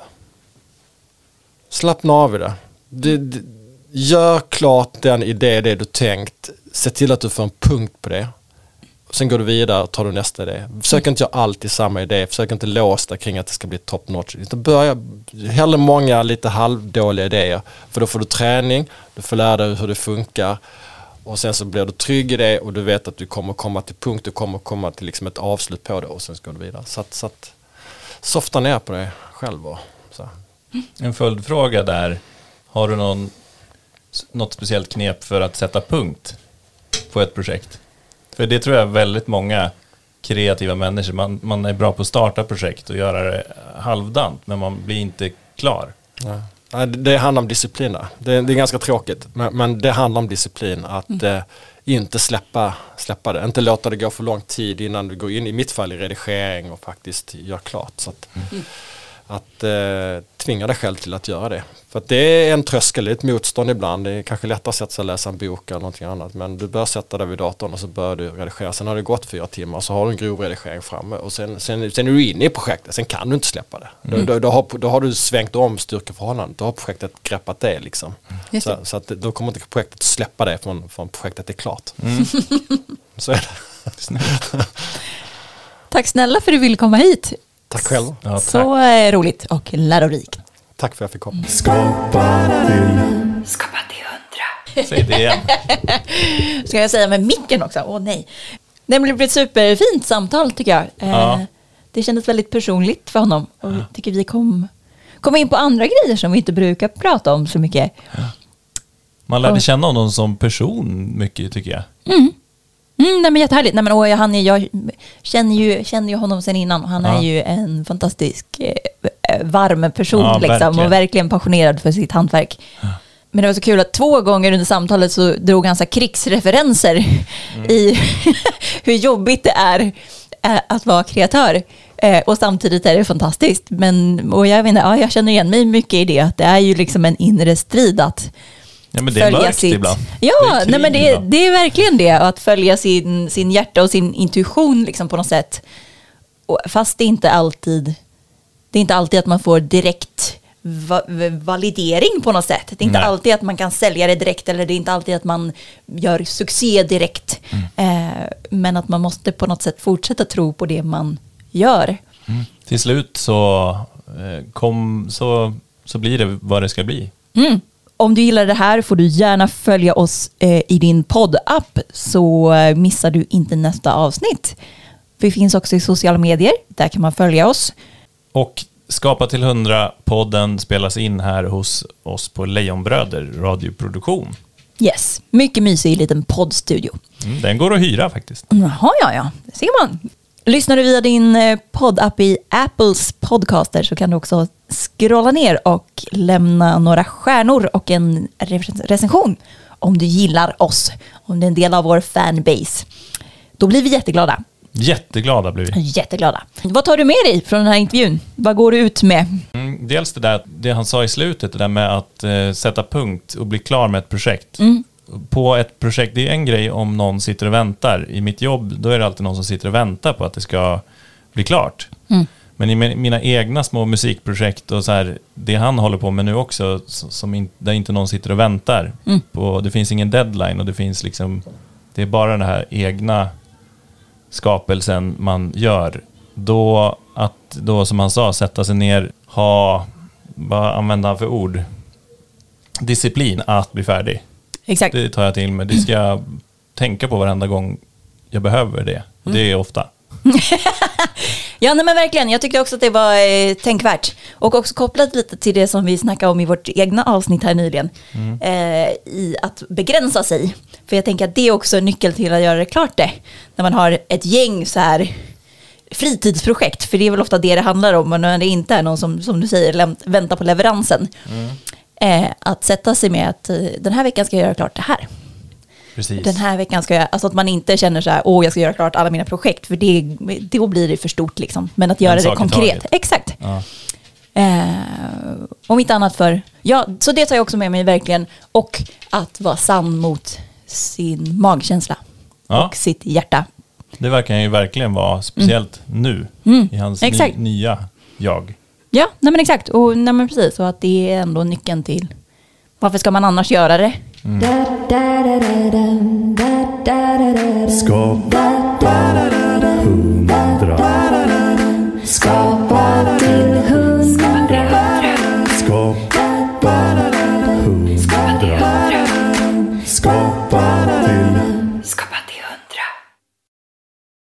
Slappna av i det. det, det gör klart den idé, det du tänkt. Se till att du får en punkt på det. Sen går du vidare och tar du nästa idé. Försök inte göra alltid samma idé. Försök inte låsa dig kring att det ska bli top notch. Utan börja hellre många lite halvdåliga idéer. För då får du träning, du får lära dig hur det funkar. Och sen så blir du trygg i det och du vet att du kommer komma till punkt. Du kommer komma till liksom ett avslut på det och sen ska du vidare. Så att, så att softa ner på det själv. Och så. En följdfråga där. Har du någon, något speciellt knep för att sätta punkt på ett projekt? För det tror jag väldigt många kreativa människor, man, man är bra på att starta projekt och göra det halvdant, men man blir inte klar. Ja. Ja, det, det handlar om disciplin där. Det, det är ganska tråkigt, men, men det handlar om disciplin. Att mm. eh, inte släppa, släppa det. Inte låta det gå för lång tid innan du går in, i mitt fall, i redigering och faktiskt gör klart. Så att, mm. att eh, tvinga dig själv till att göra det. För att det är en tröskel, ett motstånd ibland. Det är kanske lättare att sätta sig och läsa en bok eller någonting annat. Men du bör sätta dig vid datorn och så bör du redigera. Sen har det gått fyra timmar så har du en grov redigering framme. Och sen, sen, sen är du inne i projektet. Sen kan du inte släppa det. Mm. Då, då, då, har, då har du svängt om styrkeförhållandet. Då har projektet greppat det liksom. Mm. Så, så att då kommer inte projektet släppa det från, från projektet är klart. Mm. Så är det. Tack snälla för att du ville komma hit. Tack själv. Ja, tack. Så eh, roligt och lärorikt. Tack för att jag fick komma. Skapa till Skapa till hundra. Säg det igen. Ska jag säga med micken också? Åh nej. Det blev ett superfint samtal tycker jag. Ja. Eh, det kändes väldigt personligt för honom. Och jag tycker vi kom, kom in på andra grejer som vi inte brukar prata om så mycket. Man lärde känna honom som person mycket tycker jag. Mm. Mm, nej men jättehärligt. Nej men åh, han är, jag känner ju, känner ju honom sedan innan. Han Ja. är ju en fantastisk eh, varm person Ja, liksom, verkligen. och verkligen passionerad för sitt hantverk. Ja. Men det var så kul att två gånger under samtalet så drog han så här krigsreferenser Mm. i hur jobbigt det är eh, att vara kreatör. Eh, och samtidigt är det fantastiskt. Men, och jag, vet inte, ja, jag känner igen mig mycket i det. Att det är ju liksom en inre strid att Ja, men det är mörkt ibland. Ja, Det är krig nej, men det, ibland. det är verkligen det. Att följa sin, sin hjärta och sin intuition liksom på något sätt. Och fast det är inte alltid det är inte alltid att man får direkt va, validering på något sätt. Det är inte Nej. alltid att man kan sälja det direkt eller det är inte alltid att man gör succé direkt. Mm. Eh, men att man måste på något sätt fortsätta tro på det man gör. Mm. Till slut så, eh, kom, så, så blir det vad det ska bli. Mm. Om du gillar det här får du gärna följa oss eh, i din poddapp så eh, missar du inte nästa avsnitt. Vi finns också i sociala medier, där kan man följa oss. Och Skapa till hundra-podden spelas in här hos oss på Lejonbröder radioproduktion. Yes, mycket mysig liten poddstudio. Mm, den går att hyra faktiskt. Jaha, ja, ja, det ser man. Lyssnar du via din eh, poddapp i Apples podcaster så kan du också scrolla ner och lämna några stjärnor och en re- recension om du gillar oss, om det är en del av vår fanbase. Då blir vi jätteglada. Jätteglada blir vi. Jätteglada. Vad tar du med dig från den här intervjun? Vad går du ut med? Mm, dels det där, det han sa i slutet, det där med att eh, sätta punkt och bli klar med ett projekt. Mm. På ett projekt, det är en grej om någon sitter och väntar. I mitt jobb, då är det alltid någon som sitter och väntar på att det ska bli klart. Mm. Men i mina egna små musikprojekt och så här, det han håller på med nu också, som in, där inte någon sitter och väntar. Mm. På, det finns ingen deadline och det finns liksom, det är bara den här egna skapelsen man gör. Då att, då som han sa, sätta sig ner, ha, vad använder han för ord? Disciplin att bli färdig. Exakt. Det tar jag till mig. Det ska jag tänka på varenda gång jag behöver det. Det är ofta. Ja, nej, men verkligen. Jag tyckte också att det var eh, tänkvärt. Och också kopplat lite till det som vi snackade om i vårt egna avsnitt här nyligen. Mm. Eh, I att begränsa sig. För jag tänker att det är också en nyckel till att göra det klart det. När man har ett gäng så här fritidsprojekt. För det är väl ofta det det handlar om. Men när det inte är någon som, som du säger, lämt, väntar på leveransen. Mm. Eh, att sätta sig med att eh, den här veckan ska jag göra klart det här. Precis. Den här veckan ska jag, alltså att man inte känner så här, åh jag ska göra klart alla mina projekt, för det, då blir det för stort liksom. Men att göra det konkret. Exakt. Ja. Eh, om inte annat för, ja, så det tar jag också med mig verkligen. Och att vara sann mot sin magkänsla ja. och sitt hjärta. Det verkar ju verkligen vara speciellt mm. nu mm. i hans ny, nya jag. Ja, nej men exakt. Och nej men precis, och att det är ändå nyckeln till varför ska man annars göra det? Mm.